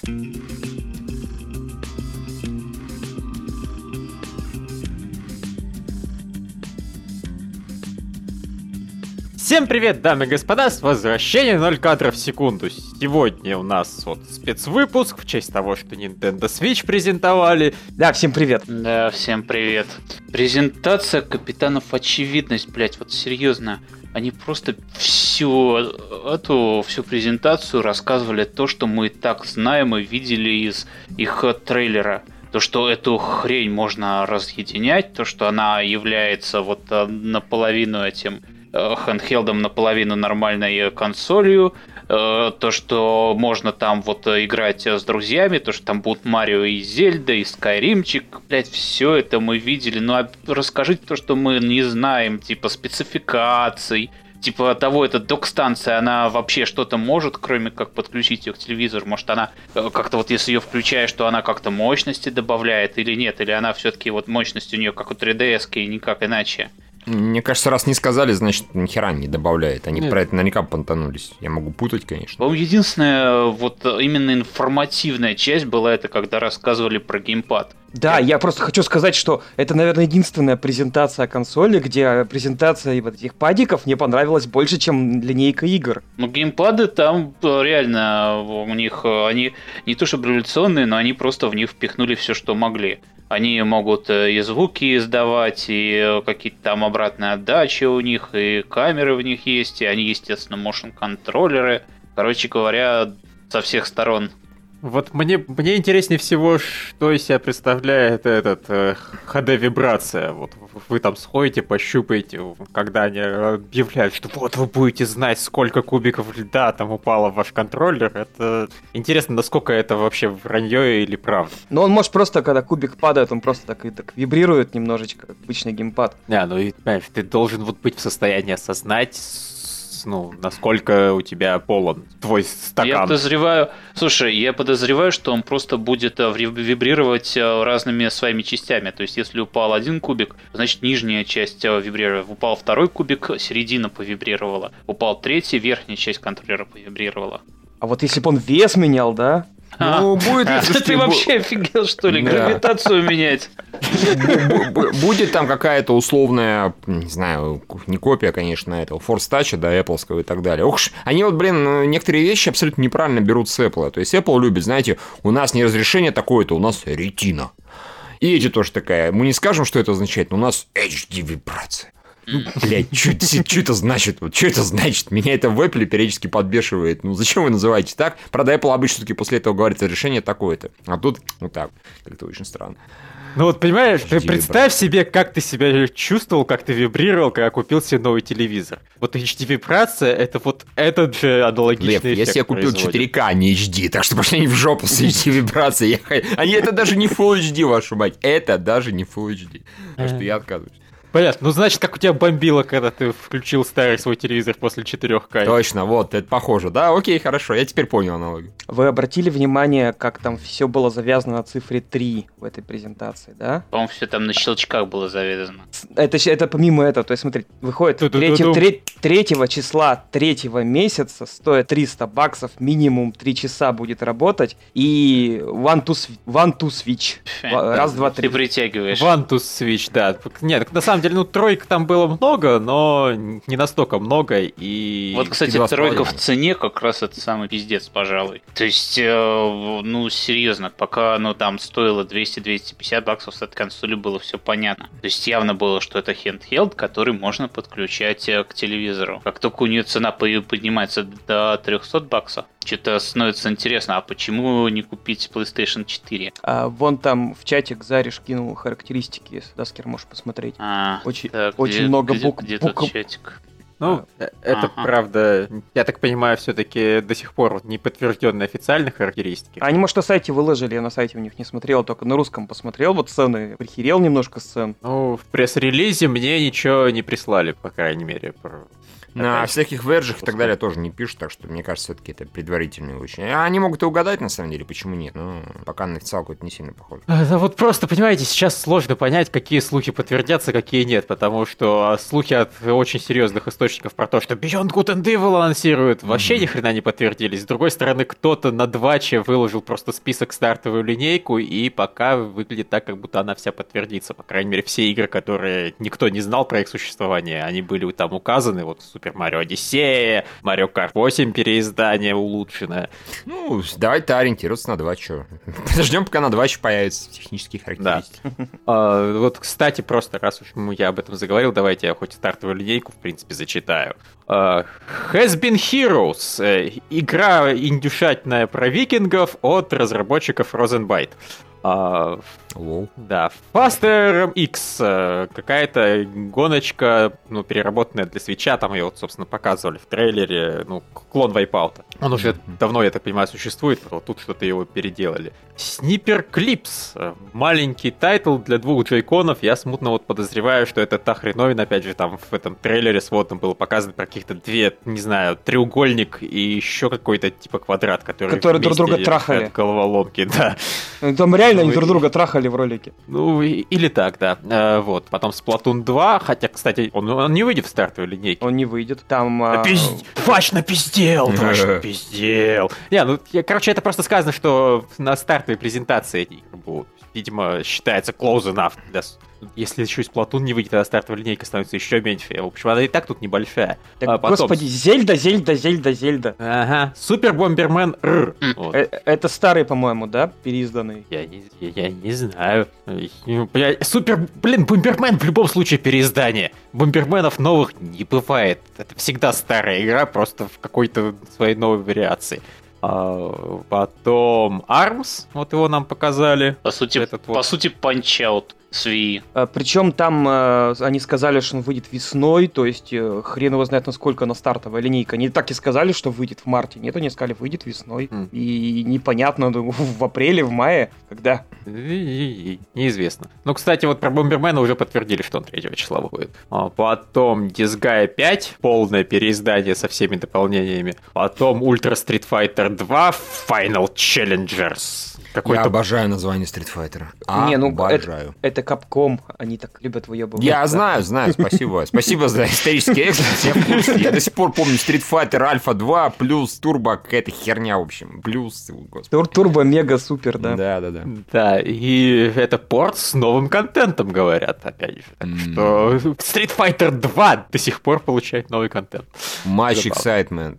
Всем привет, дамы и господа, с возвращением 0 кадров в секунду. Сегодня у нас вот спецвыпуск в честь того, что Nintendo Switch презентовали. Да, всем привет. Да, всем привет. Презентация Капитанов Очевидность, блять, вот серьезно. Они просто всю презентацию рассказывали то, что мы и так знаем и видели из их трейлера. То, что эту хрень можно разъединять, то, что она является вот наполовину этим хэндхелдом, наполовину нормальной консолью, то, что можно там вот играть с друзьями, то, что там будут Марио и Зельда, и Скайримчик, блять, все это мы видели. Ну, а расскажите то, что мы не знаем, типа спецификаций, типа того, эта док-станция, она вообще что-то может, кроме как подключить ее к телевизору? Может, она как-то вот, если ее включаешь, то она как-то мощности добавляет или нет? Или она все-таки вот мощность у нее как у 3DS-ки и никак иначе? Мне кажется, раз не сказали, значит, нихера не добавляет. Они про это наверняка понтанулись. Я могу путать, конечно. По-моему, единственная вот именно информативная часть была это, когда рассказывали про геймпад. Да, я просто хочу сказать, что это, наверное, единственная презентация консоли, где презентация вот этих падиков мне понравилась больше, чем линейка игр. Ну, геймпады там реально у них, они не то чтобы революционные, но они просто в них впихнули все, что могли. Они могут и звуки издавать, и какие-то там обратные отдачи у них, и камеры в них есть, и они, естественно, моушн-контроллеры. Короче говоря, со всех сторон. Вот мне интереснее всего, что из себя представляет этот HD-вибрация. Вот вы там сходите, пощупаете, когда они объявляют, что вот вы будете знать, сколько кубиков льда там упало в ваш контроллер. Это интересно, насколько это вообще вранье или правда. Но он может просто, когда кубик падает, он просто так вибрирует немножечко, как обычный геймпад. Ну и, понимаешь, ты должен вот быть в состоянии осознать, насколько у тебя полон твой стакан. Я подозреваю, что он просто будет вибрировать разными своими частями. То есть, если упал один кубик, значит, нижняя часть вибрировала. Упал второй кубик, середина повибрировала. Упал третий, верхняя часть контроллера повибрировала. А вот если бы он вес менял, да? Ну, будет ли... Ты вообще офигел, что ли? Гравитацию менять? Будет там какая-то условная, не знаю, не копия, конечно, этого Force Touch, да, Apple'ского и так далее. Они вот, некоторые вещи абсолютно неправильно берут с Apple. То есть Apple любит, знаете, у нас не разрешение такое-то, у нас ретина. И эти тоже такая. Мы не скажем, что это означает, но у нас HD-вибрация. Ну, блядь, что это значит? Что это значит? Меня это в Apple периодически подбешивает. Ну, зачем вы называете так? Правда, Apple обычно все-таки после этого говорит, решение такое-то. А тут вот так. Как-то очень странно. Ну вот, понимаешь, ты представь себе, как ты себя чувствовал, как ты вибрировал, когда купил себе новый телевизор. Вот HD-вибрация, это вот этот же аналогичный эффект. Я себе купил 4К, а не HD, так что пошли они в жопу с HD-вибрацией. Это даже не Full HD, вашу мать. Это даже не Full HD. Так что я отказываюсь. Понятно. Ну, значит, как у тебя бомбило, когда ты включил старый свой телевизор после 4К. Точно, вот, это похоже. Да, окей, хорошо, я теперь понял аналогию. Вы обратили внимание, как там все было завязано на цифре 3 в этой презентации, да? По-моему, все там на щелчках было завязано. Это помимо этого, то есть, смотри, выходит 3 числа 3 месяца, стоит $300, минимум 3 часа будет работать, и one to switch. Раз, два, три. Ты притягиваешь. One to switch, да. Нет, на самом деле, троек там было много, но не настолько много, и... Вот, кстати, тройка в цене как раз это самый пиздец, пожалуй. То есть, серьезно, пока оно там стоило $200-250 с этой консоли, было все понятно. То есть, явно было, что это handheld, который можно подключать к телевизору. Как только у нее цена поднимается до $300, что-то становится интересно, а почему не купить PlayStation 4? Вон там в чатик Зариш кинул характеристики, если Даскер можешь посмотреть. Очень много букв. Где тот чатик? Ну, это правда, я так понимаю, все-таки до сих пор не подтвержденные официальные характеристики. Они, может, на сайте выложили, я на сайте у них не смотрел, только на русском посмотрел, вот сцены, прихерел немножко сцен. Ну, в пресс-релизе мне ничего не прислали, по крайней мере, На всяких верджах и так далее тоже не пишут, так что, мне кажется, все-таки это предварительные очень. Они могут и угадать, на самом деле, почему нет, но пока на официалку это не сильно похоже. Да вот просто, понимаете, сейчас сложно понять, какие слухи подтвердятся, какие нет, потому что слухи от очень серьезных источников про то, что Beyond Good and Evil анонсируют, вообще ни хрена не подтвердились. С другой стороны, кто-то на Дваче выложил просто список, стартовую линейку, и пока выглядит так, как будто она вся подтвердится. По крайней мере, все игры, которые никто не знал про их существование, они были там указаны. Вот Super Mario Odyssey, Mario Kart 8 переиздание улучшенное. Ну, давайте ориентироваться на Двачу. Подождем, пока на Дваче появятся технические характеристики. Да. Вот, кстати, просто раз уж я об этом заговорил, давайте я хоть стартовую линейку, в принципе, зачитаю. Has Been Heroes. Игра индюшатная про викингов от разработчиков Rosenbyte. Да, Faster X, какая-то гоночка, переработанная для свитча, там ее, собственно, показывали в трейлере, клон Wipeout. Он уже давно, я так понимаю, существует, вот тут что-то его переделали. Sniper Clips, маленький тайтл для 2 джойконов, я смутно подозреваю, что это та хреновина, опять же, там в этом трейлере сводном было показано про каких-то 2, не знаю, треугольник и еще какой-то типа квадрат, которые друг друга трахали. Головоломки, да. Там реально они друг друга трахали в ролике. Или так, да. Вот. Потом Splatoon 2, хотя, кстати, он не выйдет в стартовой линейке. Он не выйдет. Там... Твач напиздел! Короче, это просто сказано, что на стартовой презентации эти игры будут. Видимо, считается close enough. Если еще и Splatoon не выйдет, тогда стартовая линейка становится еще меньше. В общем, она и так тут небольшая. Так, господи, Зельда. Ага. Супер Бомбермен Р. Это старый, по-моему, да? Переизданный. Я не знаю. Супер, Бомбермен в любом случае переиздание. Бомберменов новых не бывает. Это всегда старая игра, просто в какой-то своей новой вариации. Потом ARMS, вот его нам показали. По сути, Punch-Out с Wii. Причем там они сказали, что он выйдет весной, то есть хрен его знает, насколько она стартовая линейка. Они так и сказали, что выйдет в марте. Нет, они сказали, выйдет весной. И непонятно, в апреле, в мае, когда. Неизвестно. Кстати, вот про Бомбермена уже подтвердили, что он 3 числа выходит. Потом Disgaea 5, полное переиздание со всеми дополнениями. Потом Ultra Street Fighter 2 Final Challengers. Я обожаю название Street Fighter. Обожаю. Это Capcom, они так любят выебывать. Я знаю, спасибо. Спасибо за исторический экскурс, я в курсе. Я до сих пор помню Street Fighter Alpha 2 плюс Turbo, какая-то херня, в общем. Плюс, Turbo, мега, супер, да. Да. Да, и это порт с новым контентом, говорят, опять же. Так что Street Fighter 2 до сих пор получает новый контент. Much excitement.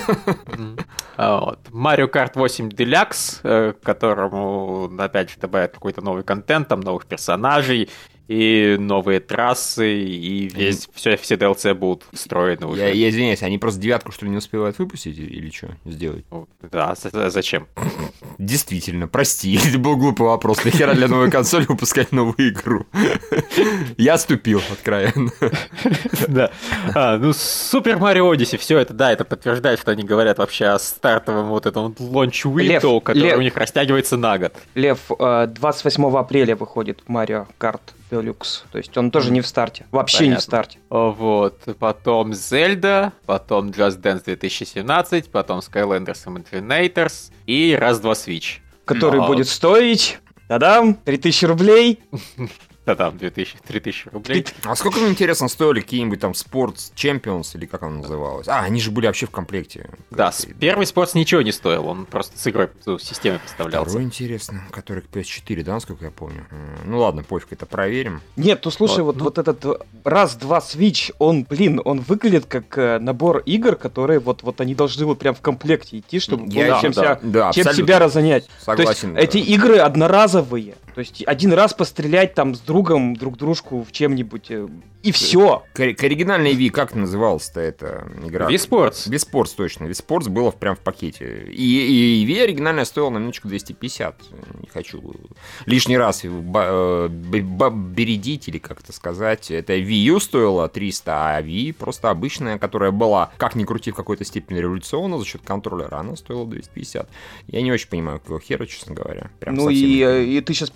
Mario Kart 8 Deluxe, которому, опять же, добавят какой-то новый контент, там новых персонажей, и новые трассы, и все DLC будут встроены уже. Я извиняюсь, они просто 9, что ли, не успевают выпустить или что сделать? Да, зачем? Действительно, прости, это был глупый вопрос. Нахера для новой консоли выпускать новую игру? Я ступил, откровенно. Да. Super Mario Odyssey, все это, да, это подтверждает, что они говорят вообще о стартовом вот этом launch window, который у них растягивается на год. Лев, 28 апреля выходит Mario Kart Deluxe, то есть он тоже не в старте, вообще не в старте. Вот, потом Zelda, потом Just Dance 2017, потом Skylanders Imaginators и раз-два Switch. Который будет стоить, та-дам, 3000 рублей. Да-там, 3000 рублей. А сколько, интересно, стоили какие-нибудь там Sports Champions, или как оно называлось? Они же были вообще в комплекте. Да, первый Sports ничего не стоил, он просто с игрой, с системой поставлялся. Второй, интересно, который к PS4, да, насколько я помню? Ну ладно, пофиг, это проверим. Нет, слушай, вот этот раз-два Switch, он выглядит как набор игр, которые вот они должны прям в комплекте идти, чтобы чем себя разонять. Согласен. То есть эти игры одноразовые. То есть один раз пострелять там с другом друг дружку в чем-нибудь, и все. К оригинальной Wii как называлась-то эта игра? Wii Sports. Wii Sports, точно. Wii Sports было прям в пакете. И Wii оригинальная стоила на минуточку 250. Не хочу лишний раз бередить, или как это сказать. Это Wii U стоила 300, а Wii просто обычная, которая была, как ни крути, в какой-то степени революционна за счет контроллера, она стоила 250. Я не очень понимаю, какого хера, честно говоря. Прям и ты сейчас перебил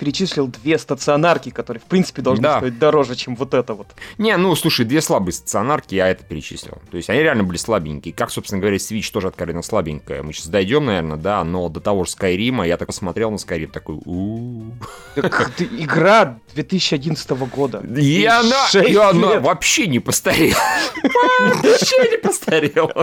перечислил 2 стационарки, которые, в принципе, должны стоить дороже, чем вот это вот. Не, ну, слушай, 2 слабые стационарки, я это перечислил. То есть они реально были слабенькие. Как, собственно говоря, Switch тоже откровенно слабенькая. Мы сейчас дойдем, наверное, да, но до того же Skyrim, я так посмотрел на Skyrim, такой, Игра 2011 года. И она вообще не постарела. Вообще не постарела.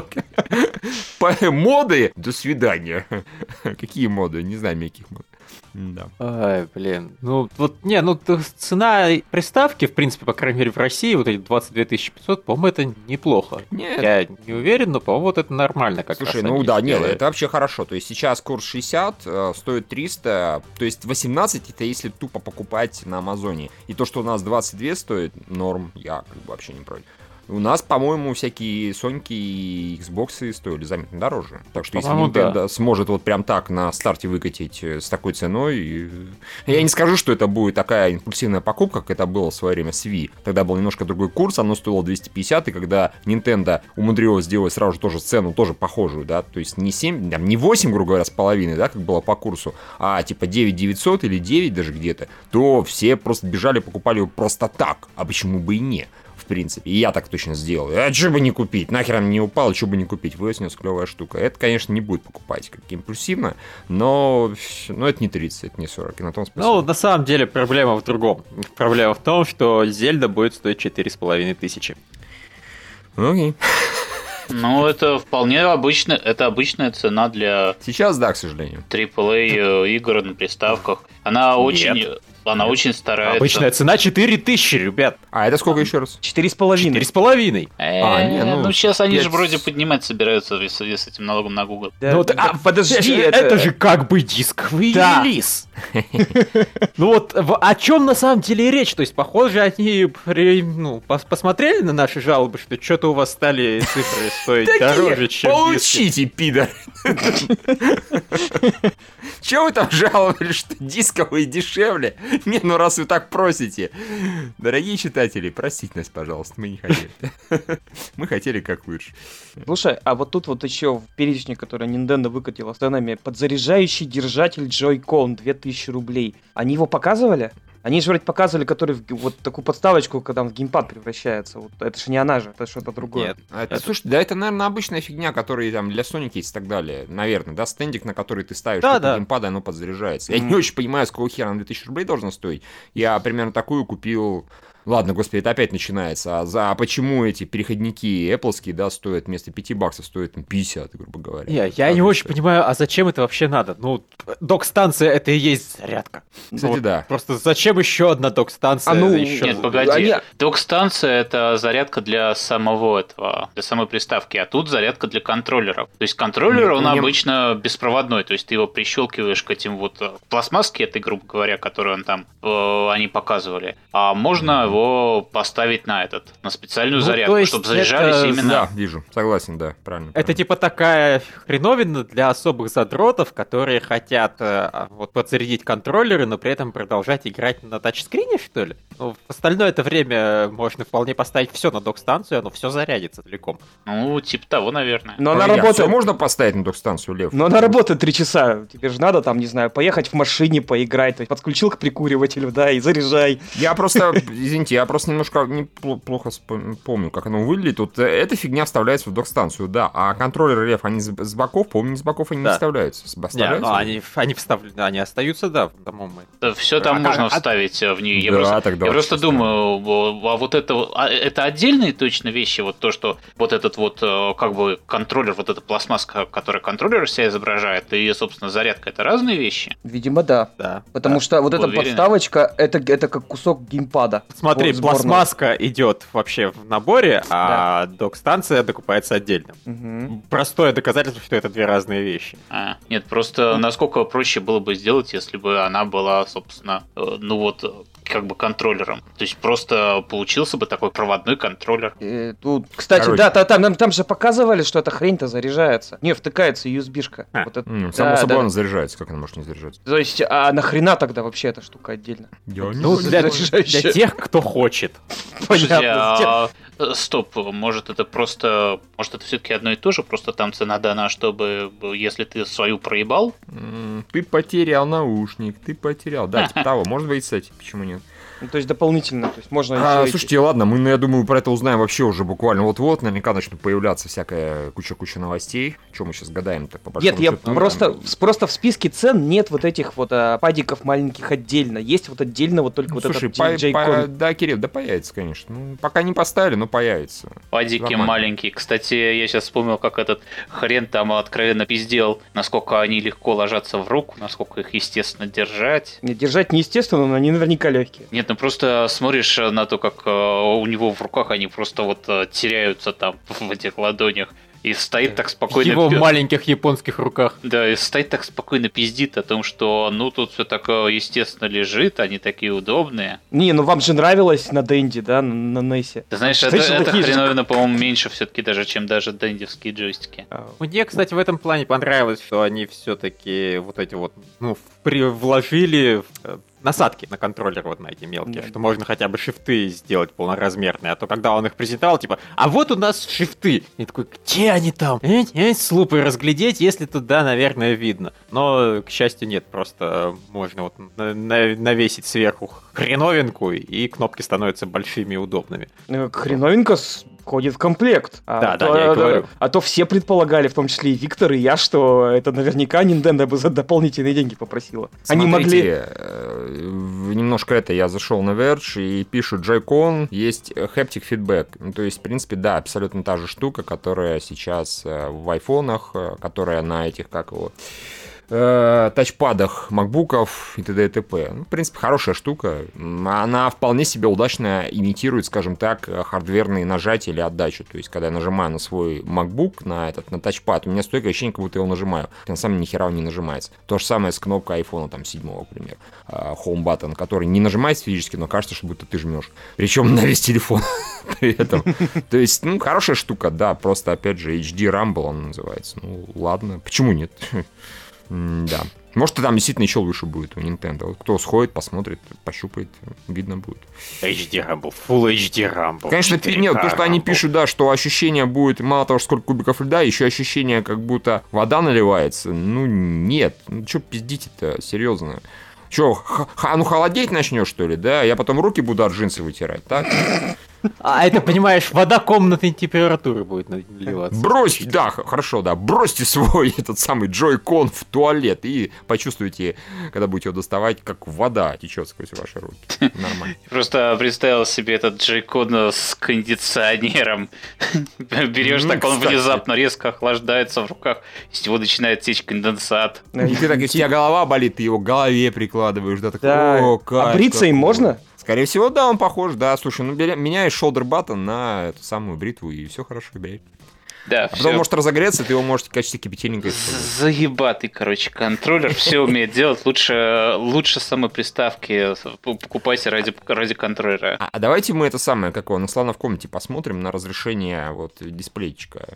Моды, до свидания. Какие моды? Не знаю никаких мод. Да. Ай, блин. Ну, вот, цена приставки, в принципе, по крайней мере, в России, вот эти 22 500, по-моему, это неплохо. Нет. Я не уверен, но, по-моему, вот это нормально как раз. Слушай, ну да, нет, это вообще хорошо. То есть сейчас курс 60, стоит 300, то есть 18 это если тупо покупать на Амазоне. И то, что у нас 22 стоит, норм, я как бы вообще не против. У нас, по-моему, всякие Соньки и Xbox'ы стоили заметно дороже. Так что если Nintendo сможет вот прям так на старте выкатить с такой ценой... Я не скажу, что это будет такая импульсивная покупка, как это было в свое время с Wii. Тогда был немножко другой курс, оно стоило 250, и когда Nintendo умудрилась сделать сразу же тоже цену, тоже похожую, да, то есть не 7, не 8, грубо говоря, с половиной, да, как было по курсу, а типа 9 900 или 9 даже где-то, то все просто бежали, покупали его просто так. А почему бы и не? В принципе. И я так точно сделал. А что бы не купить? Нахер он не упал, что бы не купить? Выяснилась клевая штука. Это, конечно, не будет покупать как импульсивно, но это не 30, это не 40. И на том спасибо. Ну, на самом деле, проблема в другом. Проблема в том, что Зельда будет стоить 4500. Окей. Ну, это вполне обычно, это обычная цена для... Сейчас, да, к сожалению. AAA игр на приставках. Она очень старается. Обычная цена 4000, ребят. А это сколько еще раз? 4,5. 4,5. Ну, сейчас они же вроде поднимать собираются в связи с этим налогом на Google. Подожди, это же как бы дисковый релиз. Ну вот, о чем на самом деле речь? То есть, похоже, они посмотрели на наши жалобы, что что-то у вас стали цифры стоить дороже, чем получите, пидор. Чего вы там жаловались, что дисковые дешевле? Не, ну раз вы так просите. Дорогие читатели, простите нас, пожалуйста, мы не хотели. Мы хотели как лучше. Слушай, а вот тут вот еще в перечне, который Nintendo выкатила с ценами, подзаряжающий держатель Joy-Con 2000 рублей. Они его показывали? Они же вроде показывали, который вот такую подставочку, когда он в геймпад превращается. Вот это же не она же, это что-то другое. Нет. Слушай, да это, наверное, обычная фигня, которая там для Sonic есть и так далее. Наверное, да, стендик, на который ты ставишь геймпад, и оно подзаряжается. Я не очень понимаю, с какого хера на 2000 рублей должно стоить. Я примерно такую купил... Ладно, господи, это опять начинается. А почему эти переходники Apple'ские, да, стоят вместо $5 стоят 50, грубо говоря? Я не очень понимаю, а зачем это вообще надо? Ну, док-станция это и есть зарядка. Кстати, да. Просто зачем еще одна док-станция? Нет, погоди. Док-станция это зарядка для самой приставки, а тут зарядка для контроллеров. То есть контроллер, он обычно беспроводной, то есть ты его прищелкиваешь к этим вот пластмасске этой, грубо говоря, которую они показывали. А можно его поставить на специальную зарядку, чтобы заряжались именно... Да, вижу, согласен, да, правильно. Это типа такая хреновина для особых задротов, которые хотят подзарядить контроллеры, но при этом продолжать играть на тачскрине, что ли? Ну, в остальное это время можно вполне поставить все на док-станцию, оно все зарядится целиком. Ну, типа того, наверное. Но она работает... Все можно поставить на док-станцию, Лев? Но она работает 3 часа. Тебе же надо там, не знаю, поехать в машине поиграть, то есть подключил к прикуривателю, да, и заряжай. Я просто, извините, я просто немножко плохо помню, как оно выглядит. Вот эта фигня вставляется в док-станцию, да. А контроллеры, Лев, они с боков, по-моему, с боков они не вставляются. Они остаются, да, по-моему. Все там можно вставить в нее. Я просто думаю, это отдельные точно вещи, вот то, что вот этот вот как бы контроллер, вот эта пластмасска, которая контроллер себя изображает, и, собственно, зарядка, это разные вещи? Видимо, да. Потому что вот эта подставочка, это как кусок геймпада. Смотри, пластмасска идет вообще в наборе, а док-станция докупается отдельно. Простое доказательство, что это 2 разные вещи. Нет, просто насколько проще было бы сделать, если бы она была, собственно, как бы контроллером. То есть просто получился бы такой проводной контроллер. Тут, кстати, да, там же показывали, что эта хрень-то заряжается. Не, втыкается USB-шка. Само собой она заряжается, как она может не заряжаться? То есть, а нахрена тогда вообще эта штука отдельно? Для тех, кто хочет. Понятно. Стоп, может это все-таки одно и то же, просто там цена дана, чтобы, если ты свою проебал. Ты потерял наушник, да, типа того, может быть, кстати, почему нет? Ну, то есть дополнительно, то есть можно... Слушайте, ладно, мы, я думаю, про это узнаем вообще уже буквально вот-вот, наверняка начнут появляться всякая куча новостей. Что мы сейчас гадаем-то по большому Нет, счету? просто в списке цен нет вот этих вот падиков маленьких отдельно, есть вот отдельно вот только слушай, этот J-Con. Да, Кирилл, да появится, конечно. Пока не поставили, но появится. Падики Нормально. маленькие. Кстати, я сейчас вспомнил, как этот хрен там откровенно пиздел, насколько они легко ложатся в руку, насколько их естественно держать. Нет, держать неестественно, но они наверняка легкие. Нет, ну просто смотришь на то, как у него в руках они просто вот теряются там в этих ладонях. И стоит так спокойно... В его маленьких японских руках. Да, и стоит так спокойно пиздит о том, что тут все так естественно лежит, они такие удобные. Не, ну вам же нравилось на Денди, да, на Нессе. Ты знаешь, это хреновина, по-моему, меньше все-таки даже, чем даже дендевские джойстики. Мне, кстати, в этом плане понравилось, что они все-таки вот эти вот, вложили насадки на контроллер вот на эти мелкие, что можно хотя бы шифты сделать полноразмерные, а то когда он их презентовал, типа, а вот у нас шифты. И такой, где они там? С лупой разглядеть, если туда, наверное, видно. Но, к счастью, нет, просто можно вот навесить сверху хреновинку, и кнопки становятся большими и удобными. Хреновинка входит в комплект. Да, я и говорю. А то все предполагали, в том числе и Виктор, и я, что это наверняка Nintendo бы за дополнительные деньги попросила. Они могли... Немножко я зашел на Verge и пишут Joy-Con, есть haptic feedback. Ну, то есть, в принципе, да, абсолютно та же штука, которая сейчас в айфонах, которая на этих, тачпадах макбуков и т.д. и т.п. В принципе, хорошая штука. Она вполне себе удачно имитирует, скажем так, хардверные нажатия или отдачу. То есть, когда я нажимаю на свой MacBook, на тачпад, у меня стойкое ощущение, как будто я его нажимаю. На самом деле, ни хера он не нажимается. То же самое с кнопкой iPhone, 7, к примеру. Home button, который не нажимается физически, но кажется, что будто ты жмешь. Причем на весь телефон при этом. То есть, хорошая штука, да, просто, опять же, HD Rumble он называется. Ладно, почему нет? Да. Может, там действительно еще лучше будет у Nintendo. Вот кто сходит, посмотрит, пощупает, видно будет. HD Rumble, Full HD Rumble. Конечно, нет, то, что они пишут, да, что ощущение будет, мало того, сколько кубиков льда, еще ощущение, как будто вода наливается. Нет. Че пиздите-то, серьезно? Че, холодеть начнешь, что ли, да? Я потом руки буду от джинсы вытирать, так? А это, понимаешь, вода комнатной температуры будет наливаться. Бросьте, да, хорошо, да, бросьте свой этот самый Joy-Con в туалет и почувствуйте, когда будете его доставать, как вода течет сквозь ваши руки. Нормально. Просто представил себе этот Joy-Con с кондиционером. Берешь, так он внезапно резко охлаждается в руках, из него начинает течь конденсат. И ты так, если у тебя голова болит, ты его к голове прикладываешь, да, такой, о, кайф. А бриться им можно? Скорее всего, да, он похож, да. Слушай, меняешь shoulder button на эту самую бритву, и все хорошо, бей. Да, а потом может разогреться, ты его можете в качестве кипятильника использовать. Заебатый, контроллер, все умеет делать. Лучше самой приставки покупайте ради контроллера. А давайте мы это самое, на слона в комнате посмотрим на разрешение дисплейчика.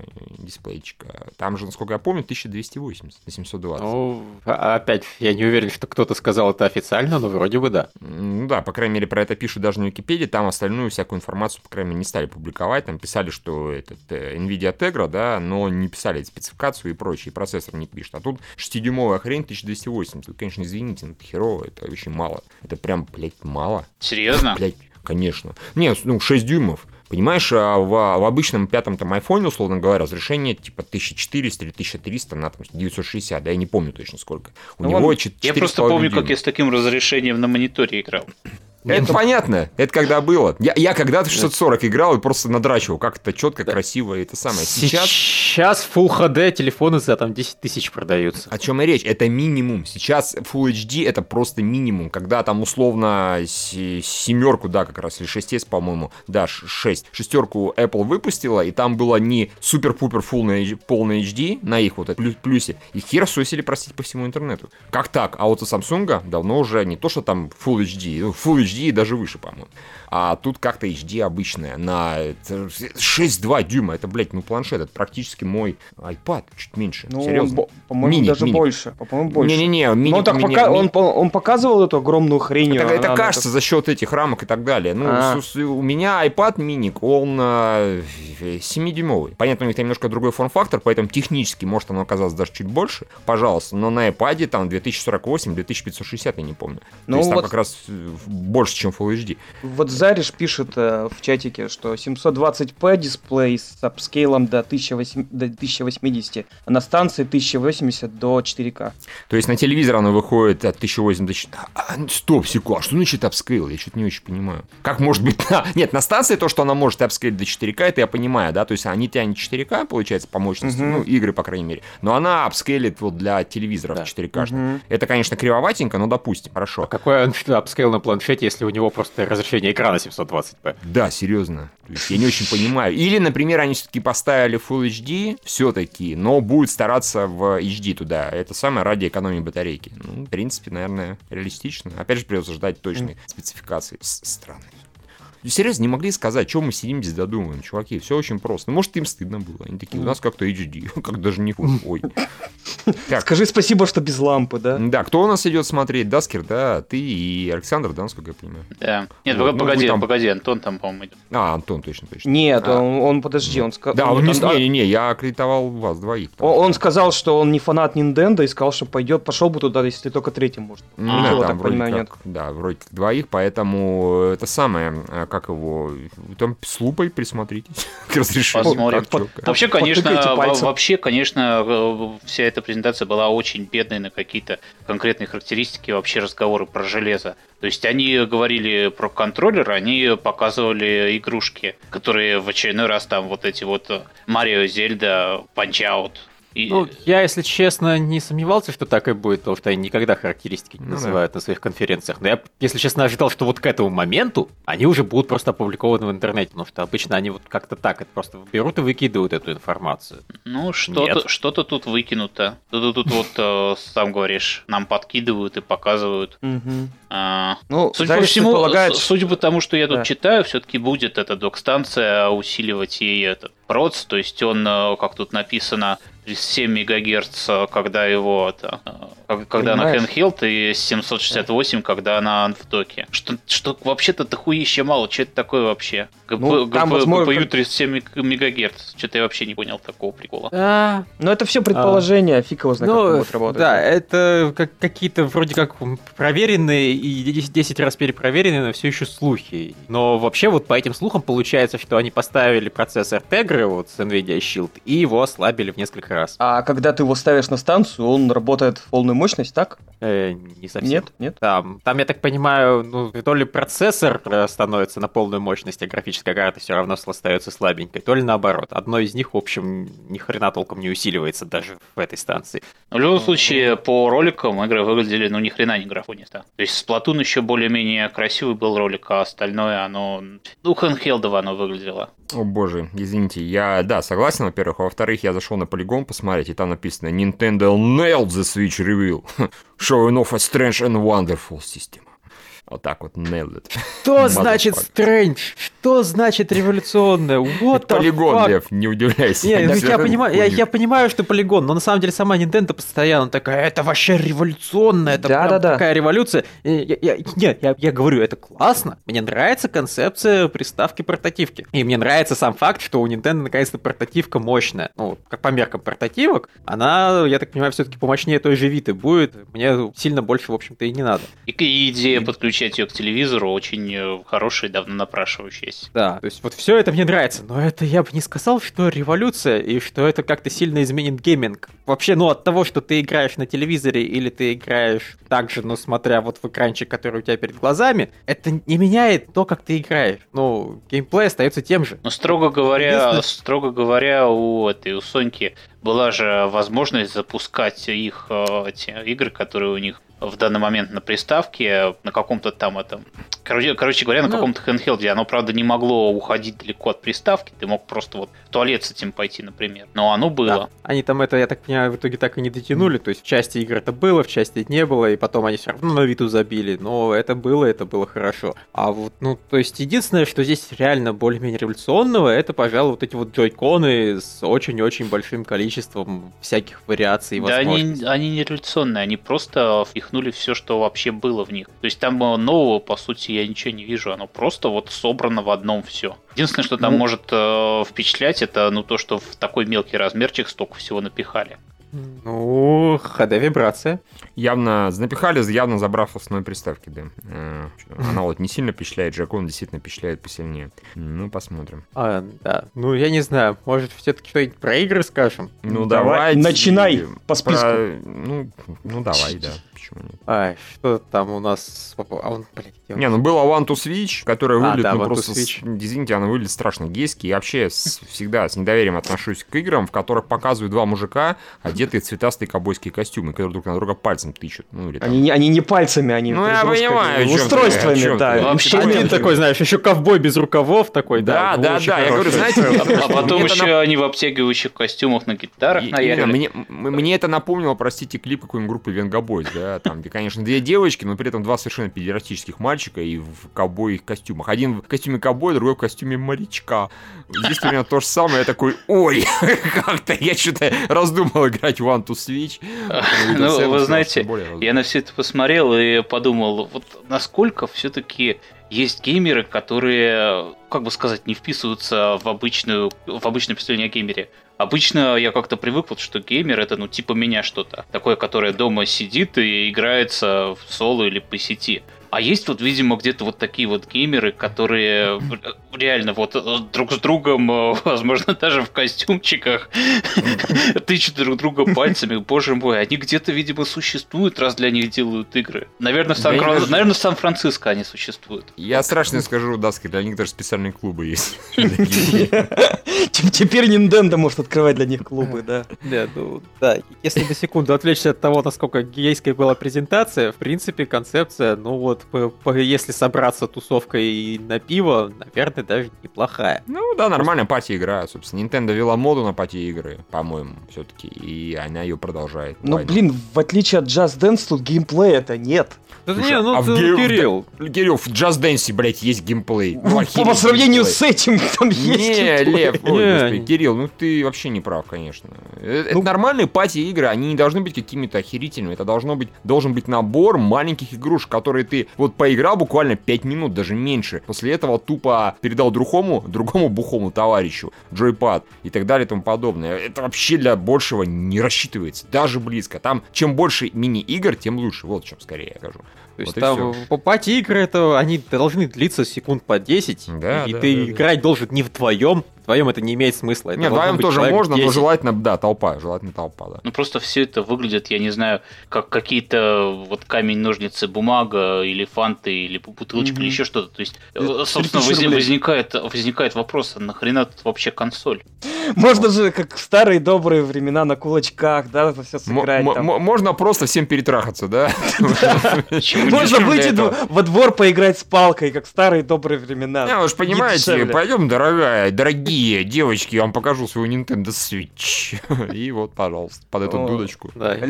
Там же, насколько я помню, 1280 на 720. Ну, опять, я не уверен, что кто-то сказал это официально, но вроде бы да. Ну да, по крайней мере, про это пишут даже на Википедии, там остальную всякую информацию, по крайней мере, не стали публиковать, там писали, что этот NVIDIA Tegra, да, но не писали спецификацию и прочее, процессор не пишет. А тут 6-дюймовая хрень 1280. Вы, конечно, извините, но это херово, это очень мало. Это прям, блядь, мало. Серьезно? Блядь, конечно. Нет, 6 дюймов. Понимаешь, в обычном пятом айфоне, условно говоря, разрешение типа 1400 или 1300 на 960, да, я не помню точно сколько. У него 4,5 Я просто помню, как я с таким разрешением на мониторе играл. Это понятно, это когда было. Я когда-то 640 играл и просто надрачивал, как это четко, красиво и это самое. Сейчас Full HD телефоны за 10 тысяч продаются. О чем и речь? Это минимум. Сейчас Full HD это просто минимум. Когда там условно семерку, да, как раз, или 6S, по-моему, да, 6-шестерку Apple выпустила, и там было не супер-пупер полный HD на их плюсе, и хер сусили, простите, по всему интернету. Как так? А вот у Samsung давно уже не то, что там Full HD HD и даже выше, по-моему. А тут как-то HD обычная на 6,2 дюйма. Это, блядь, планшет. Это практически мой iPad, чуть меньше. Серьезно. По-моему, даже больше. По-моему, больше. Не-не-не, мини. Он показывал эту огромную хрень. Это кажется за счет этих рамок и так далее. У меня iPad mini, он 7-дюймовый. Понятно, у них там немножко другой форм-фактор, поэтому технически может оно оказаться даже чуть больше, пожалуйста. Но на iPad там 2048, 2560, я не помню. То есть там как раз больше, чем Full HD. Вот Зариш пишет в чатике, что 720p дисплей с апскейлом до 1080, а на станции 1080 до 4К. То есть на телевизор оно выходит от 1080 до 4К. Стоп, секунду, а что значит апскейл? Я что-то не очень понимаю. Как может быть... Нет, на станции то, что она может апскейлить до 4К, это я понимаю, да, то есть они тянет 4К, получается, по мощности, игры, по крайней мере, но она апскейлит вот для телевизоров 4К. Это, конечно, кривоватенько, но допустим, хорошо. А какой апскейл на планшете, если у него просто разрешение экрана 720p? Да, серьезно. То есть я не очень понимаю. Или, например, они все-таки поставили Full HD, все-таки, но будут стараться в HD туда. Это самое ради экономии батарейки. В принципе, наверное, реалистично. Опять же, придется ждать точной спецификации. Странно. Серьезно, не могли сказать, что мы сидим здесь додумываем, чуваки, все очень просто. Может, им стыдно было. Они такие, у нас как-то HD, как даже не ой. Скажи спасибо, что без лампы, да? Да, кто у нас идет смотреть? Даскер, да, ты и Александр, да, насколько я понимаю? Да. Нет, погоди, Антон там, по-моему, идет. Антон, точно. Нет, он подожди, он сказал... Да, он не, я аккредитовал вас двоих. Он сказал, что он не фанат Nintendo и сказал, что пошел бы туда, если только третьим может. Да, там вроде как двоих, поэтому это самое... Как его, там с лупой присмотритесь к разрешению. Посмотрим. Вообще, конечно, вся эта презентация была очень бедной на какие-то конкретные характеристики, вообще разговоры про железо. То есть они говорили про контроллер, они показывали игрушки, которые в очередной раз там вот эти вот Марио, Зельда, Punch-Out. Я, если честно, не сомневался, что так и будет, потому что они никогда характеристики не называют на своих конференциях. Но я, если честно, ожидал, что вот к этому моменту они уже будут просто опубликованы в интернете, потому что обычно они вот как-то так, это просто берут и выкидывают эту информацию. Что-то тут выкинуто. Тут вот, сам говоришь, нам подкидывают и показывают. Судя по всему, судя по тому, что я тут читаю, все-таки будет эта док-станция усиливать ей этот проц, то есть он, как тут написано, 7 МГц, когда его когда на handheld, и 768, когда на в-доке. Что вообще-то дохуище мало, что это такое вообще? GPU 37 МГц. Что-то я вообще не понял такого прикола. Но это все предположение, фиг его знает, как будет работать. Да, это какие-то вроде как проверенные и 10 раз перепроверенные, но все еще слухи. Но вообще вот по этим слухам получается, что они поставили процессор Tegra вот с NVIDIA Shield и его ослабили в несколько раз. А когда ты его ставишь на станцию, он работает в полную мощность, так? Не совсем. Нет? Там, я так понимаю, то ли процессор становится на полную мощность, а графическая карта все равно остается слабенькой, то ли наоборот. Одно из них, в общем, ни хрена толком не усиливается даже в этой станции. В любом случае, по роликам игры выглядели, ни хрена не графониста. То есть Splatoon еще более-менее красивый был ролик, а остальное оно... handheldово оно выглядело. О боже, извините, я, согласен, во-первых, а во-вторых, я зашел на полигон посмотреть, и там написано Nintendo nailed the Switch reveal, showing off a strange and wonderful system. Вот так вот, nailed it. Что значит strange? Что значит революционное? What the полигон, Лев, не удивляйся. Я понимаю, что полигон, но на самом деле сама Nintendo постоянно такая, это вообще революционное, это прям такая революция. Я говорю, это классно, мне нравится концепция приставки портативки. И мне нравится сам факт, что у Nintendo наконец-то портативка мощная. Ну, как по меркам портативок, она, я так понимаю, все-таки помощнее той же Vita будет. Мне сильно больше, в общем-то, и не надо. И идея подключать ее к телевизору очень хорошая и давно напрашивающаяся. Да, то есть вот все это мне нравится, но это я бы не сказал, что революция и что это как-то сильно изменит гейминг. Вообще, от того, что ты играешь на телевизоре или ты играешь так же, но смотря вот в экранчик, который у тебя перед глазами, это не меняет то, как ты играешь. Геймплей остается тем же. Но строго говоря, у Соньки была же возможность запускать эти игры, которые у них в данный момент на приставке, на каком-то там этом... Короче говоря, на каком-то handheld, оно, правда, не могло уходить далеко от приставки, ты мог просто вот в туалет с этим пойти, например. Но оно было. Да. Они там это, я так понимаю, в итоге так и не дотянули, то есть в части игр это было, в части не было, и потом они все равно на Виту забили, но это было хорошо. А вот, то есть единственное, что здесь реально более-менее революционного, это, пожалуй, вот эти вот джойконы с очень-очень большим количеством всяких вариаций и возможностей. Да, они не революционные, они просто впихнули все, что вообще было в них. То есть там нового, по сути, я ничего не вижу, оно просто вот собрано в одном все. Единственное, что там может впечатлять, это то, что в такой мелкий размерчик столько всего напихали. HD-вибрация. Явно забрав основной приставки, да. Она вот не сильно впечатляет, Джакон действительно впечатляет посильнее. Посмотрим. Да. Я не знаю, может, все-таки что-нибудь про игры скажем? Давай. Начинай по списку. Давай, да. Почему нет? Что там у нас... была One to Switch, которая выглядит, просто, Switch. извините, она выглядит страшно гейски. Я вообще всегда с недоверием отношусь к играм, в которых показывают два мужика, одетые в цветастые ковбойские костюмы, которые друг на друга пальцем тычут. Они не пальцами, они я понимаю, устройствами, да. Один такой, знаешь, еще ковбой без рукавов такой, да. Да, я говорю, знаете... А потом еще они в обтягивающих костюмах на гитарах наехали. Мне это напомнило, простите, клип какой-нибудь группы Venga Boys, да, там, где, конечно, две девочки, но при этом два совершенно педерастических мальчика и в ковбойных костюмах. Один в костюме ковбоя, другой в костюме морячка. Здесь примерно то же самое. Я такой, как-то я что-то раздумал играть в One to Switch. Вы знаете, я на все это посмотрел и подумал, вот насколько все-таки есть геймеры, которые, как бы сказать, не вписываются в обычное представление о геймере. Обычно я как-то привык, что геймер это, типа меня что-то. Такое, которое дома сидит и играется в соло или по сети. А есть видимо, где-то такие геймеры, которые реально друг с другом, возможно, даже в костюмчиках тычут друг друга пальцами. Боже мой, они где-то, видимо, существуют, раз для них делают игры. Наверное, в Сан-Франциско они существуют. Я страшно скажу, Даски, для них даже специальные клубы есть. Теперь Nintendo может открывать для них клубы, да. Да, если на секунду отвлечься от того, насколько гейская была презентация, в принципе, концепция, если собраться тусовкой на пиво, наверное, даже неплохая. Нормальная пати-игра, собственно. Nintendo вела моду на пати-игры, по-моему, все-таки, и она ее продолжает. В отличие от Just Dance, тут геймплея-то нет. Кирилл. Кирилл, в Just Dance, блядь, есть геймплей. По сравнению с этим, там есть геймплей. Лев, Кирилл, ты вообще не прав, конечно. Это нормальные пати-игры, они не должны быть какими-то охерительными. Это должен быть набор маленьких игрушек, которые ты поиграл буквально 5 минут, даже меньше. После этого тупо передал другому бухому товарищу джойпад и так далее и тому подобное. Это вообще для большего не рассчитывается, даже близко. Там чем больше мини-игр, тем лучше. Вот в чем скорее я скажу. То есть там пати-игры, они должны длиться секунд по 10, и ты играть должен не вдвоем. Вдвоем это не имеет смысла. Нет, вдвоем тоже можно, 10. Но желательно толпа, да. Просто все это выглядит, я не знаю, как какие-то камень, ножницы, бумага, или фанты, или бутылочка, или еще что-то. То есть, собственно, возникает вопрос, а нахрена тут вообще консоль? Можно же, как в старые добрые времена, на кулачках, да, это все сыграть. Можно просто всем перетрахаться, да? Можно выйти во двор поиграть с палкой, как в старые добрые времена. Вы же понимаете, пойдем, дорогие девочки, я вам покажу свою Nintendo Switch. И пожалуйста, под эту дудочку.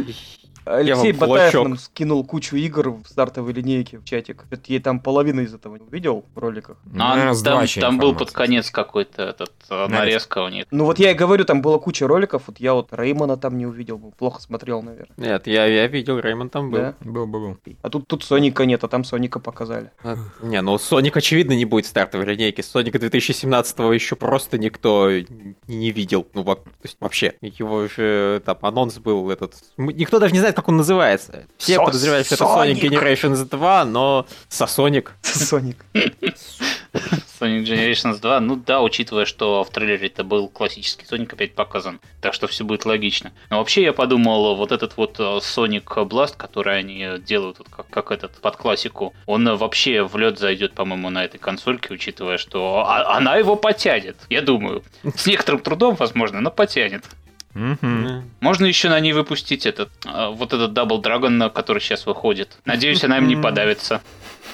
Алексей Батаев нам скинул кучу игр в стартовой линейке в чатик. Я там половину из этого не увидел в роликах. Там был под конец какой-то нарезка у них. Я и говорю, там была куча роликов. Я Реймона там не увидел, плохо смотрел, наверное. Нет, я видел, Реймон там был. Да? Был. А тут Соника нет, а там Соника показали. Соник, очевидно, не будет в стартовой линейке. Соника 2017-го еще просто никто не видел. То есть вообще. Его же там анонс был этот... Никто даже не знает, как он называется. Все подозревают, что это Sonic Generations 2, но Сосоник. Sonic Generations 2, учитывая, что в трейлере это был классический Sonic опять показан, так что все будет логично. Но вообще я подумал, этот Sonic Blast, который они делают как этот под классику, он вообще в лед зайдет, по-моему, на этой консольке, учитывая, что она его потянет, я думаю. С некоторым трудом, возможно, но потянет. Можно еще на ней выпустить этот Double Dragon, который сейчас выходит. Надеюсь, она им не подавится.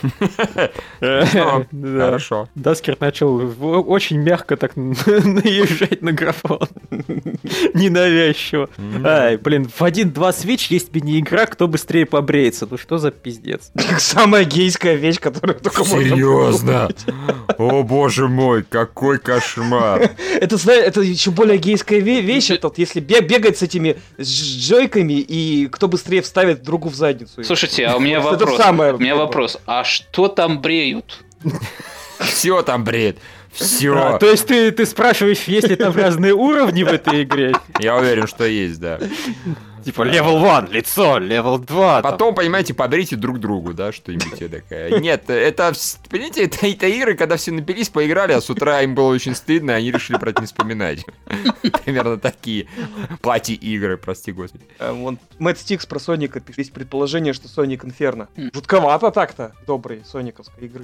Хорошо. Даскер начал очень мягко так наезжать на графон. Ненавязчиво. Ай, блин, в 1.2 Switch есть мини-игра, кто быстрее побреется. Ну что за пиздец? Самая гейская вещь, которую только можно Серьезно? О боже мой, какой кошмар. Это еще более гейская вещь, если бегать с этими джойками, и кто быстрее вставит другу в задницу. Слушайте, а у меня вопрос. А что там бреют? Все там бред. Все. То есть ты спрашиваешь, есть ли там разные уровни в этой игре? Я уверен, что есть, да. Типа level 1 лицо, level 2. Потом, понимаете, подарите друг другу, да, что-нибудь такая. Нет, это, понимаете, это игры, когда все напились, поиграли, а с утра им было очень стыдно, и они решили про это не вспоминать. Примерно такие пати-игры, прости господи. Вон Мэтт Стикс про Соника пишет. Есть предположение, что Соник Инферно. Жутковато так-то доброй сониковской игры.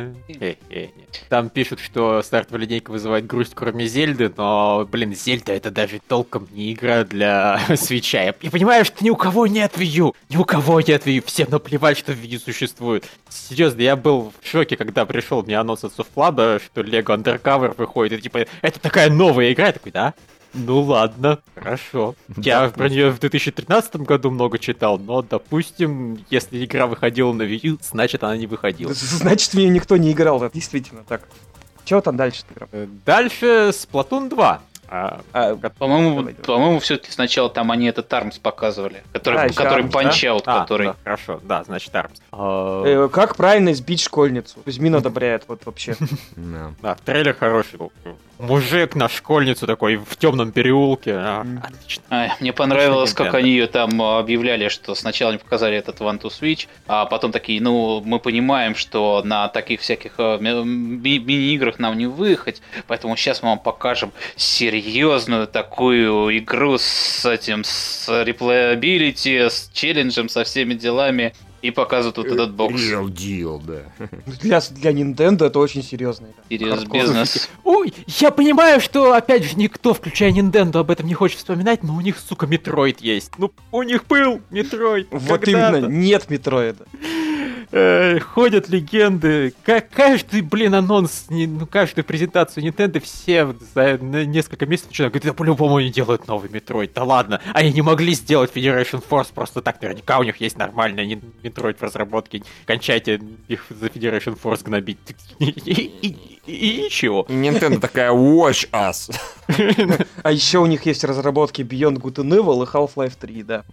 Там пишут, что стартовая линейка вызывает грусть, кроме Зельды, но, блин, Зельда это даже толком не игра для Свитча. Я понимаю, что ни у кого нет Wii U. Ни у кого нет Wii U. Всем наплевать, что Wii U существует. Серьезно, я был в шоке, когда пришел мне анонс от Softclub, что Lego Undercover выходит. И типа, это такая новая игра. Я такой, да? Ну ладно, хорошо. Я про нее в 2013 году много читал, но, допустим, если игра выходила на Wii U, значит она не выходила. Значит, в нее никто не играл, это действительно так. Чего там дальше? Дальше Splatoon 2. По-моему, все-таки сначала там они этот Армс показывали, который Punch-Out, который... Да, хорошо, да, значит Армс. Как правильно избить школьницу? Кузьмин одобряет, вот вообще. Да, трейлер хороший был. Мужик на школьницу такой в темном переулке. Отлично. Мне понравилось, как они ее там объявляли, что сначала они показали этот One to Switch, а потом такие, мы понимаем, что на таких всяких мини-играх нам не выехать, поэтому сейчас мы вам покажем серьезную такую игру с replayability, с челленджем, со всеми делами. И показывают вот этот бокс. Real deal, да. Для Nintendo это очень серьезно. Серьезный бизнес. Ой, я понимаю, что, опять же, никто, включая Nintendo, об этом не хочет вспоминать, но у них, сука, Metroid есть. Ну, у них был Metroid. Вот именно, нет Metroid. Ходят легенды. Каждый, анонс, каждую презентацию Nintendo все за несколько месяцев начинают говорить, да по-любому они делают новый Metroid. Да ладно, они не могли сделать Federation Force просто так, наверняка у них есть нормальный Metroid в разработке. Кончайте их за Federation Force гнобить. И ничего. Nintendo такая, watch us. А еще у них есть разработки Beyond Good and Evil и Half-Life 3, да.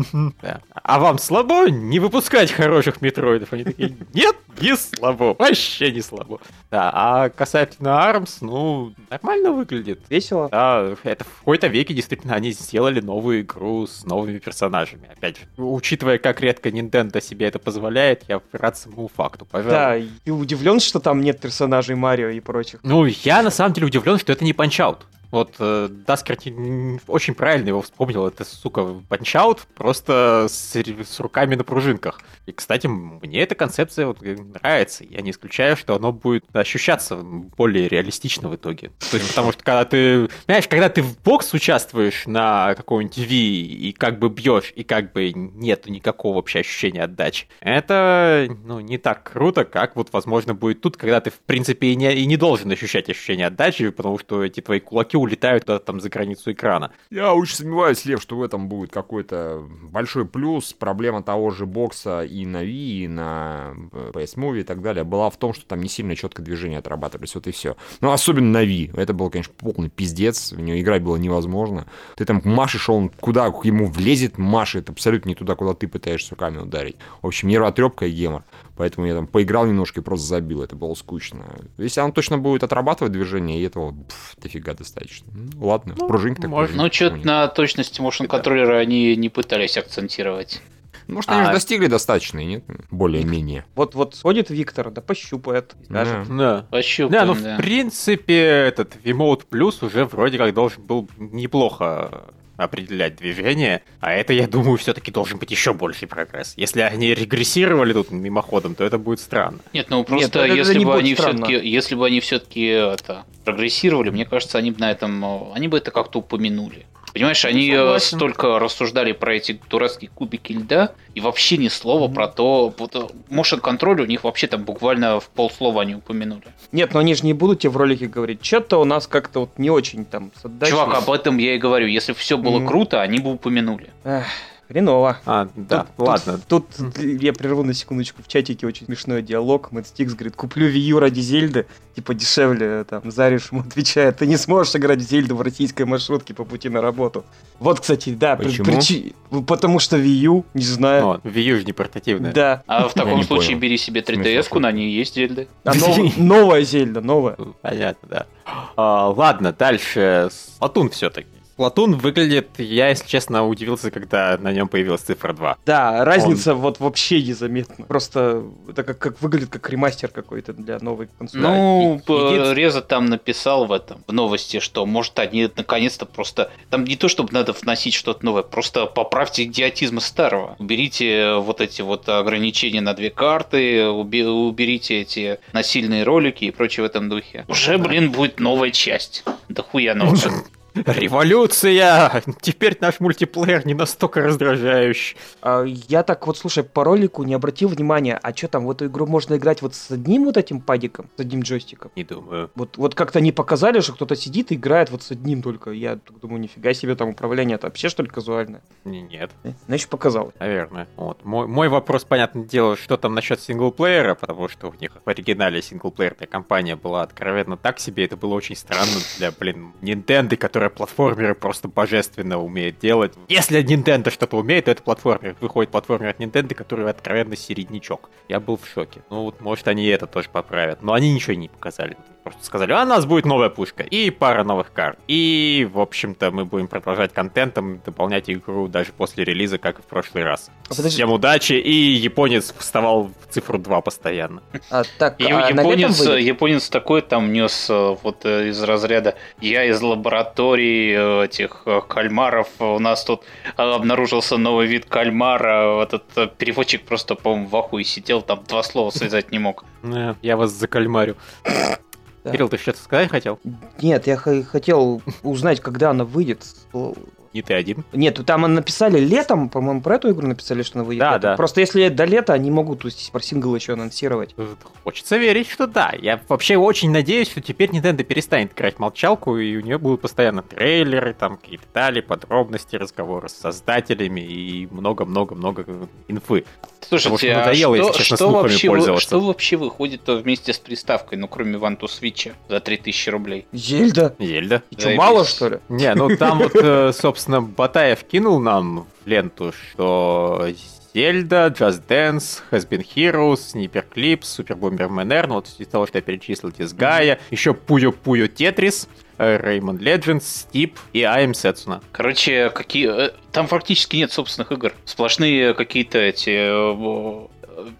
А вам слабо не выпускать хороших Метроидов? Они такие, нет, не слабо, вообще не слабо. Да, а касательно ARMS, нормально выглядит. Весело. Да, это в какой-то веке действительно они сделали новую игру с новыми персонажами. Опять же, учитывая, как редко Nintendo себе это позволяет, я рад самому факту, пожалуй. Да, и удивлен, что там нет персонажей Марио и прочих. Я на самом деле удивлен, что это не Punch-Out. Вот Даскер очень правильно его вспомнил, это, сука, Punch-Out просто с руками на пружинках. И, кстати, мне эта концепция нравится. Я не исключаю, что оно будет ощущаться более реалистично в итоге. То есть, потому что когда ты в бокс участвуешь на каком-нибудь ТВ и как бы бьешь, и как бы нету никакого вообще ощущения отдачи, это, не так круто, как возможно будет тут, когда ты, в принципе, и не должен ощущать ощущение отдачи, потому что эти твои кулаки улетают куда-то там за границу экрана. Я очень сомневаюсь, Лев, что в этом будет какой-то большой плюс. Проблема того же бокса и на Wii, и на PS Movie и так далее была в том, что там не сильно четко движения отрабатывались, вот и все. Особенно на Wii. Это был, конечно, полный пиздец. В нее играть было невозможно. Ты там машешь, он куда ему влезет, машет абсолютно не туда, куда ты пытаешься руками ударить. В общем, нервотрепка и гемор. Поэтому я там поиграл немножко и просто забил. Это было скучно. Если он точно будет отрабатывать движение, и этого дофига достаточно. Ладно, пружинка так пружинка. Что-то на точности motion контроллера они не пытались акцентировать. Может, они же достигли достаточно, нет? Более-менее. Вот сходит Виктор, да пощупает. Скажет. Да. Пощупаем, в принципе, этот Wiimote Plus уже вроде как должен был неплохо определять движение, а это, я думаю, все-таки должен быть еще больший прогресс. Если они регрессировали тут мимоходом, то это будет странно. Нет, просто если бы они все-таки прогрессировали, мне кажется, они бы это как-то упомянули. Понимаешь, они столько рассуждали про эти дурацкие кубики льда, и вообще ни слова про то... Вот, motion control у них вообще там буквально в полслова они упомянули. Нет, но они же не будут тебе в ролике говорить. Что-то у нас как-то вот не очень там с отдачей. Чувак, об этом я и говорю. Если все было круто, они бы упомянули. Хреново. Да, ладно. Тут я прерву на секундочку. В чатике очень смешной диалог. Мэтт Стикс говорит, куплю Wii U ради Зельды. Типа дешевле, там, Зариш ему отвечает, ты не сможешь играть в Зельду в российской маршрутке по пути на работу. Вот, кстати, да. Почему? Потому что Wii U, не знаю. Но Wii U же не портативная. Да. А в таком случае бери себе 3DS-ку, на ней есть Зельда. Новая Зельда, новая. Понятно, да. Ладно, дальше. Splatoon все-таки. Splatoon выглядит, я, если честно, удивился, когда на нем появилась цифра 2. Да, разница вот вообще незаметна. Просто это как выглядит как ремастер какой-то для новой консоли. Ну, Реза там написал в новости, что может они наконец-то просто... Там не то, чтобы надо вносить что-то новое, просто поправьте идиотизм старого. Уберите вот эти вот ограничения на 2 карты, уберите эти насильные ролики и прочее в этом духе. Уже, будет новая часть. Да хуя новая. Революция! Теперь наш мультиплеер не настолько раздражающий. Я так вот, слушай, по ролику не обратил внимания, а что там, в эту игру можно играть вот с одним вот этим падиком, с одним джойстиком? Не думаю. Вот как-то не показали, что кто-то сидит и играет вот с одним только. Я думаю, нифига себе, там управление это вообще что ли казуальное? Нет. Значит, показалось. Наверное. Вот. Мой вопрос, понятное дело, что там насчет синглплеера, потому что у них в оригинале синглплеерная кампания была откровенно так себе, это было очень странно для, Nintendo, которая платформеры просто божественно умеет делать. Если Nintendo что-то умеет, то это платформер. Выходит платформер от Nintendo, который откровенно середнячок. Я был в шоке. Ну вот, может, они это тоже поправят. Но они ничего не показали. Просто сказали, у нас будет новая пушка и пара новых карт. И, в общем-то, мы будем продолжать контентом, дополнять игру даже после релиза, как и в прошлый раз. Всем удачи, и японец вставал в цифру 2 постоянно. Японец такой там нес вот из разряда «Я из лаборатории этих кальмаров, у нас тут обнаружился новый вид кальмара». Этот переводчик просто, по-моему, в ахуе сидел, там 2 слова связать не мог. Я вас закальмарю. Да. Кирилл, ты что-то сказать хотел? Нет, я хотел узнать, когда она выйдет. Не ты один? Нет, там написали летом, по-моему, про эту игру написали, что она выйдет. Да. Просто если до лета, они могут про сингл еще анонсировать. Хочется верить, что да. Я вообще очень надеюсь, что теперь Nintendo перестанет играть в молчалку, и у нее будут постоянно трейлеры, там какие-то детали, подробности, разговоры с создателями и много-много-много инфы. Слушайте, надоело, если честно, слухами пользоваться. Что вообще выходит вместе с приставкой, кроме One to Switch за 3000 рублей? Зельда. Что, мало, что ли? Не, там вот, собственно, Батаев кинул нам в ленту, что Зельда, Just Dance, Has Been Heroes, Sniper Clips, Super Bomberman R, вот из того, что я перечислил, Дисгая, еще Пуyo-Пуyo Тетрис, Rayman Legends, Steep и I Am Setsuna. Короче, там фактически нет собственных игр. Сплошные какие-то эти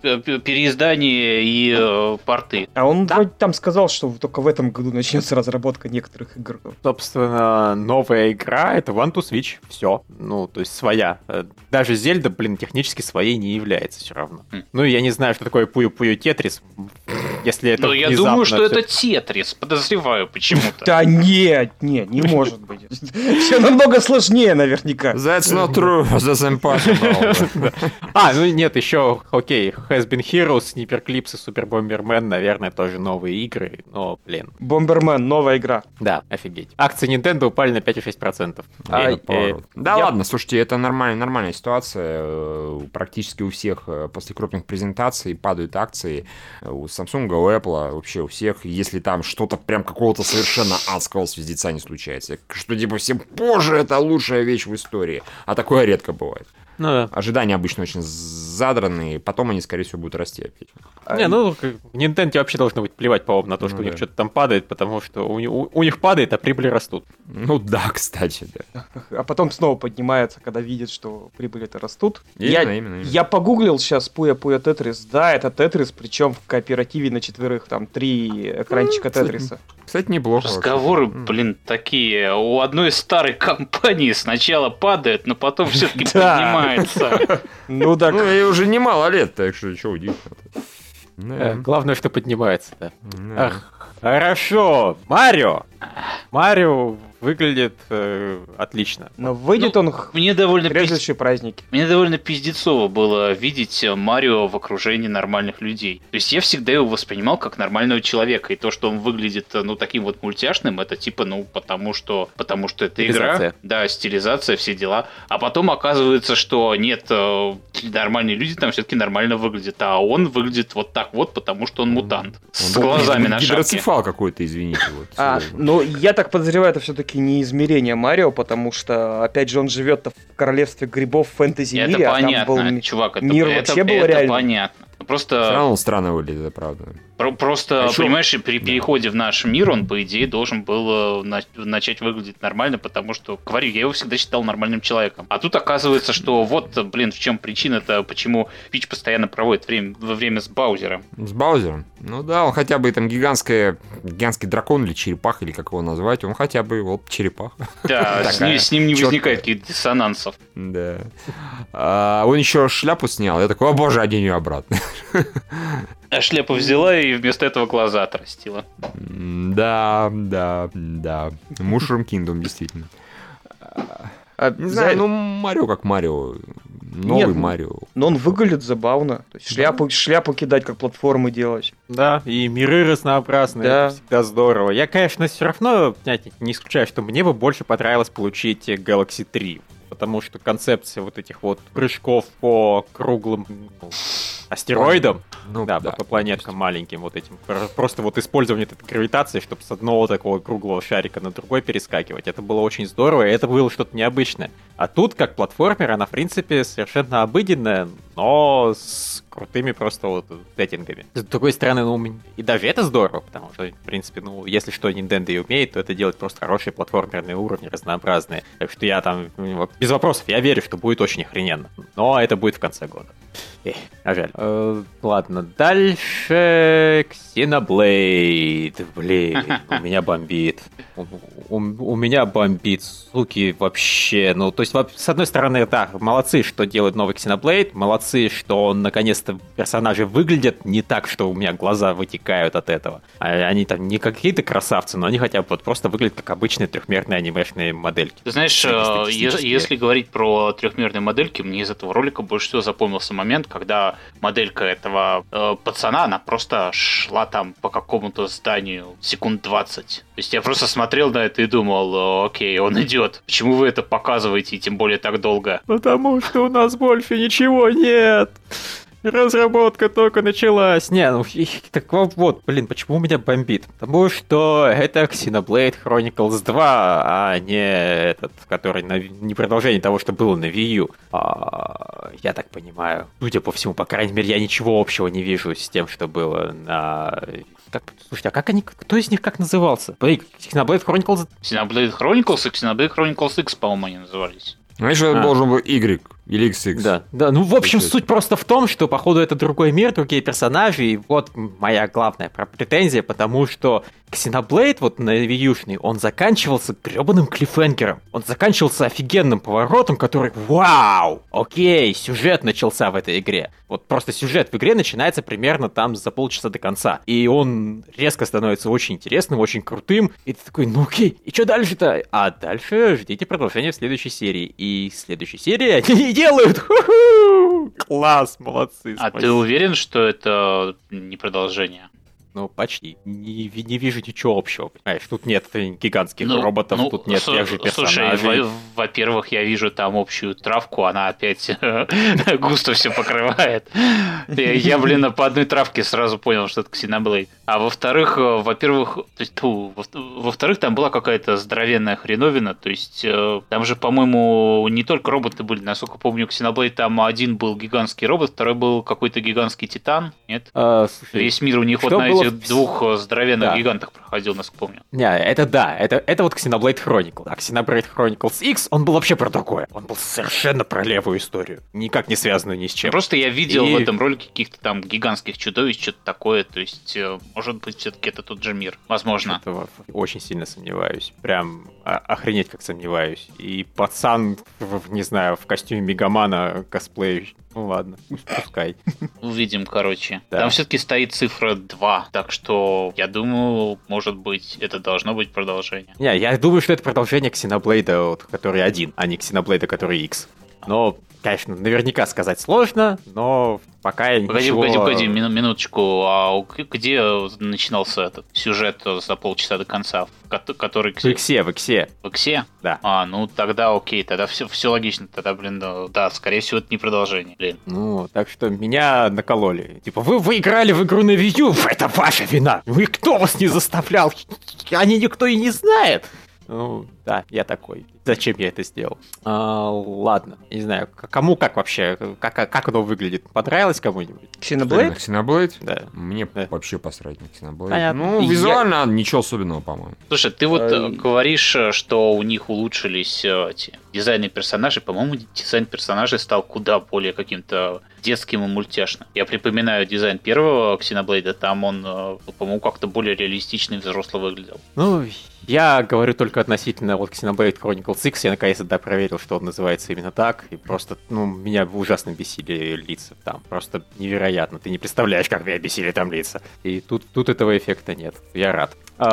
переиздания и порты. А он вроде там сказал, что только в этом году начнется разработка некоторых игр. Собственно, новая игра — это One to Switch. Все. То есть своя. Даже Зельда, технически своей не является все равно. Ну, я не знаю, что такое Пуyo-Пуyo Тетрис. Если это я думаю, что это Тетрис. Подозреваю почему-то. Да нет, не может быть. Все намного сложнее наверняка. That's not true. That's impossible. Нет, еще, окей, Has Been Heroes, Sniper Clips и Super Bomberman, наверное, тоже новые игры, но, Bomberman, новая игра. Да, офигеть. Акции Nintendo упали на 5,6%. Да ладно, слушайте, это нормальная ситуация. Практически у всех после крупных презентаций падают акции. У Samsung, у Apple, вообще у всех. Если там что-то прям какого-то совершенно адского связица не случается. Что типа всем позже это лучшая вещь в истории. А такое редко бывает. Ожидания обычно очень задранные, потом они, скорее всего, будут расти опять. Nintendo вообще должно быть плевать, по-моему, на то, что у них что-то там падает, потому что у них падает, а прибыли растут. Да, кстати, да. А потом снова поднимается, когда видят, что прибыли-то растут. Именно. Я погуглил сейчас Пуyo-Пуyo Тетрис. Да, это Тетрис, причем в кооперативе на 4, там 3 экранчика Тетриса. Кстати, неплохо. Разговоры, такие. У одной старой компании сначала падает, но потом все-таки поднимается. Ей уже немало лет, так что удивительно. Главное, что поднимается, да. Хорошо, Марио выглядит отлично. Но выйдет он мне довольно следующие праздники. Мне довольно пиздецово было видеть Марио в окружении нормальных людей. То есть я всегда его воспринимал как нормального человека. И то, что он выглядит, таким вот мультяшным, это типа, потому что это игра. Да, стилизация, все дела. А потом оказывается, что нет, нормальные люди там все-таки нормально выглядят. А он выглядит вот так вот, потому что он мутант. С глазами на шапке. Гидроцефал какой-то, извините. Ну, я так подозреваю, это все-таки не измерение Марио, потому что, опять же, он живет в королевстве грибов в фэнтези-мире. Это понятно, чувак, мир вообще был реально. Это понятно. Просто... Все равно странно выглядит, это правда. Просто, понимаешь, при переходе в наш мир он, по идее, должен был начать выглядеть нормально, потому что, говорю, я его всегда считал нормальным человеком. А тут оказывается, что вот, в чем причина-то, почему Пич постоянно проводит время с Баузером. С Баузером? Ну да, он хотя бы там гигантский дракон или черепах, или как его назвать, он хотя бы вот черепах. Да, с ним не возникает каких-то диссонансов. Да. Он еще шляпу снял, я такой, о боже, одень ее обратно. А шляпу взяла и вместо этого глаза отрастила. Да. Mushroom Kingdom, действительно. Не знаю, Марио как Марио. Новый Марио. Но он выглядит забавно. То есть шляпу кидать, как платформы делать. Да, и миры разнообразные, да. Это всегда здорово. Я, конечно, все равно не исключаю, что мне бы больше понравилось получить Galaxy 3. Потому что концепция вот этих вот прыжков по круглым астероидам, по планеткам маленьким вот этим, просто вот использование этой гравитации, чтобы с одного такого круглого шарика на другой перескакивать, это было очень здорово, и это было что-то необычное. А тут, как платформер, она, в принципе, совершенно обыденная, но с крутыми просто вот сеттингами. С другой стороны, и даже это здорово, потому что, в принципе, если что Nintendo и умеет, то это делать просто хорошие платформерные уровни, разнообразные. Так что я там, без вопросов, я верю, что будет очень охрененно. Но это будет в конце года. Жаль. Ладно, дальше Xenoblade. Блин, у меня бомбит. У меня бомбит, суки, вообще. То есть, с одной стороны, да, молодцы, что делают новый Xenoblade, молодцы, что он, наконец-то, персонажи выглядят не так, что у меня глаза вытекают от этого. Они там не какие-то красавцы, но они хотя бы вот просто выглядят как обычные трехмерные анимешные модельки. Ты знаешь, если говорить про трехмерные модельки, мне из этого ролика больше всего запомнился момент, когда моделька этого пацана, она просто шла там по какому-то зданию секунд 20. То есть я просто смотрел на это и думал, окей, он идет. Почему вы это показываете, и тем более так долго? Потому что у нас больше ничего нет. Разработка только началась. Так вот, почему у меня бомбит? Потому что это Xenoblade Chronicles 2, а не этот, который не продолжение того, что было на Wii U. Я так понимаю. Судя по всему, по крайней мере, я ничего общего не вижу с тем, что было на... Слушайте, а кто из них как назывался? Xenoblade Chronicles? Xenoblade Chronicles и Xenoblade Chronicles X, по-моему, они назывались. Знаешь, это должен быть Y или XX. Да. В общем, суть просто в том, что, походу, это другой мир, другие персонажи, и вот моя главная претензия, потому что Xenoblade, вот на Wii-шный, он заканчивался гребаным клиффхенгером. Он заканчивался офигенным поворотом, который, вау, окей, сюжет начался в этой игре. Вот просто сюжет в игре начинается примерно там за полчаса до конца. И он резко становится очень интересным, очень крутым. И ты такой, окей, и что дальше-то? А дальше ждите продолжения в следующей серии. И в следующей серии они не делают. Ху-ху! Класс, молодцы. А ты уверен, что это не продолжение? Почти. Не вижу ничего общего. Понимаешь, тут нет гигантских роботов, тут нет тех же персонажей. Слушай, во-первых, я вижу там общую травку, она опять густо все покрывает. Я, по одной травке сразу понял, что это Xenoblade. А во-вторых, там была какая-то здоровенная хреновина, то есть там же, по-моему, не только роботы были, насколько помню, Xenoblade там один был гигантский робот, второй был какой-то гигантский титан, нет? Весь мир у них вот на этих двух здоровенных гигантах проходил, насколько помню. Это вот Xenoblade Chronicles. А Xenoblade Chronicles X, он был вообще про другое. Он был совершенно про левую историю. Никак не связанную ни с чем. Просто я видел в этом ролике каких-то там гигантских чудовищ, что-то такое. То есть, может быть, все-таки это тот же мир. Возможно. Очень сильно сомневаюсь. Прям охренеть как сомневаюсь. И пацан, не знаю, в костюме Мегамана косплей. Ну ладно, пускай. Увидим, короче. Да. Там все-таки стоит цифра 2, так что я думаю, может быть, это должно быть продолжение. Не, я думаю, что это продолжение Xenoblade, вот, который 1, а не Xenoblade, который X. Но, конечно, наверняка сказать сложно, но пока я ничего... Погоди, минуточку. А где начинался этот сюжет за полчаса до конца? Который... В Иксе. В Иксе? Да. Ну тогда окей, тогда все логично. Тогда, да, скорее всего, это не продолжение. Ну, так что меня накололи. Типа, вы играли в игру на Wii U, это ваша вина. Вы кто вас не заставлял? Никто и не знает. Ну, да, я такой. Зачем я это сделал? Ладно, не знаю, кому как вообще, как оно выглядит? Понравилось кому-нибудь? Xenoblade? Xenoblade? Да. Мне Да. вообще посрать на Xenoblade. Понятно. Ну, визуально ничего особенного, по-моему. Слушай, ты вот говоришь, что у них улучшились эти дизайны персонажей. По-моему, дизайн персонажей стал куда более каким-то детским и мультяшным. Я припоминаю дизайн первого Xenoblade, там он, по-моему, как-то более реалистичный и взрослый выглядел. Ну, я говорю только относительно вот Xenoblade Chronicles X. Я наконец-то проверил, что он называется именно так. И просто, меня ужасно бесили лица там. Просто невероятно. Ты не представляешь, как меня бесили там лица. И тут этого эффекта нет. Я рад.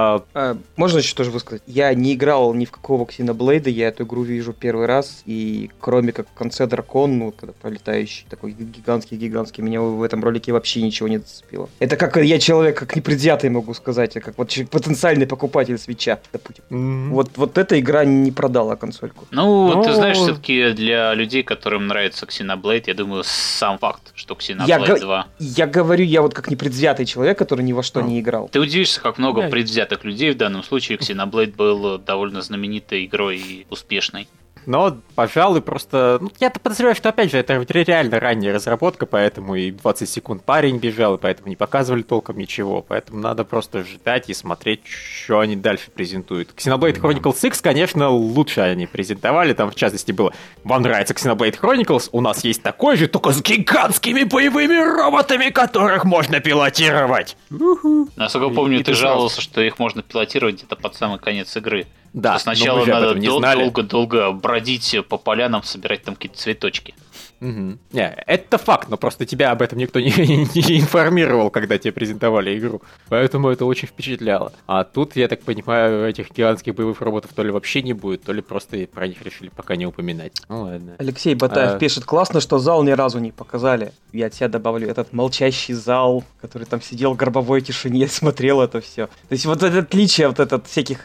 Можно еще тоже высказать? Я не играл ни в какого Xenoblade, я эту игру вижу первый раз, и кроме как в конце дракон, когда пролетающий, такой гигантский, меня в этом ролике вообще ничего не зацепило. Это как я человек, как непредвзятый могу сказать, как вот потенциальный покупатель свитча, допустим. Вот эта игра не продала консольку. Ну, ты знаешь, все-таки для людей, которым нравится Xenoblade, я думаю, сам факт, что Xenoblade 2... Я говорю, я вот как непредвзятый человек, который ни во что не играл. Ты удивишься, как много предвзятых людей в данном случае. Xenoblade был довольно знаменитой игрой и успешной. Но, пожалуй, просто... я-то подозреваю, что, опять же, это реально ранняя разработка, поэтому и 20 секунд парень бежал, и поэтому не показывали толком ничего. Поэтому надо просто ждать и смотреть, что они дальше презентуют. Xenoblade Chronicles X, конечно, лучше они презентовали. Там, в частности, было: вам нравится Xenoblade Chronicles? У нас есть такой же, только с гигантскими боевыми роботами, которых можно пилотировать. Насколько помню, ты жаловался, что их можно пилотировать где-то под самый конец игры. Да, сначала надо долго-долго бродить по полянам, собирать там какие-то цветочки. Угу. Не, это факт, но просто тебя об этом никто не информировал, когда тебе презентовали игру. Поэтому это очень впечатляло. А тут, я так понимаю, этих гигантских боевых роботов то ли вообще не будет, то ли просто про них решили пока не упоминать. Ну ладно. Алексей Батаев пишет: классно, что зал ни разу не показали. Я от себя добавлю этот молчащий зал, который там сидел в гробовой тишине, смотрел это все. То есть вот это отличие вот от всяких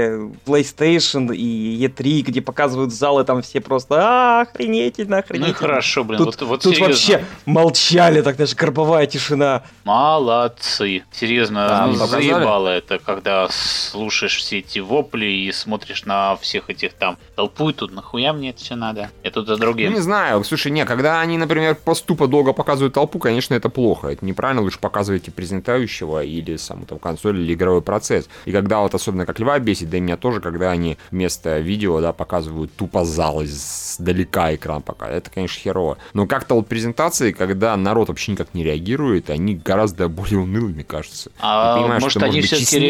PlayStation и E3, где показывают залы, там все просто охренительно. Ну хорошо, блин, тут серьезно. Вообще молчали, так даже гробовая тишина. Молодцы. Серьезно, показали? заебало это, когда слушаешь все эти вопли и смотришь на всех этих там толпу, и тут нахуя мне это все надо? Я тут за другим. Ну, не знаю, слушай, когда они, например, поступо долго показывают толпу, конечно, это плохо. Это неправильно, лучше показывайте презентующего или саму там консоль или игровой процесс. И когда вот особенно как Льва бесит, да и меня тоже, когда они вместо видео, да, показывают тупо зал издалека экран пока. Это, конечно, херово. Но как-то вот презентации, когда народ вообще никак не реагирует, они гораздо более унылыми, кажется. Понимаю, может, они все-таки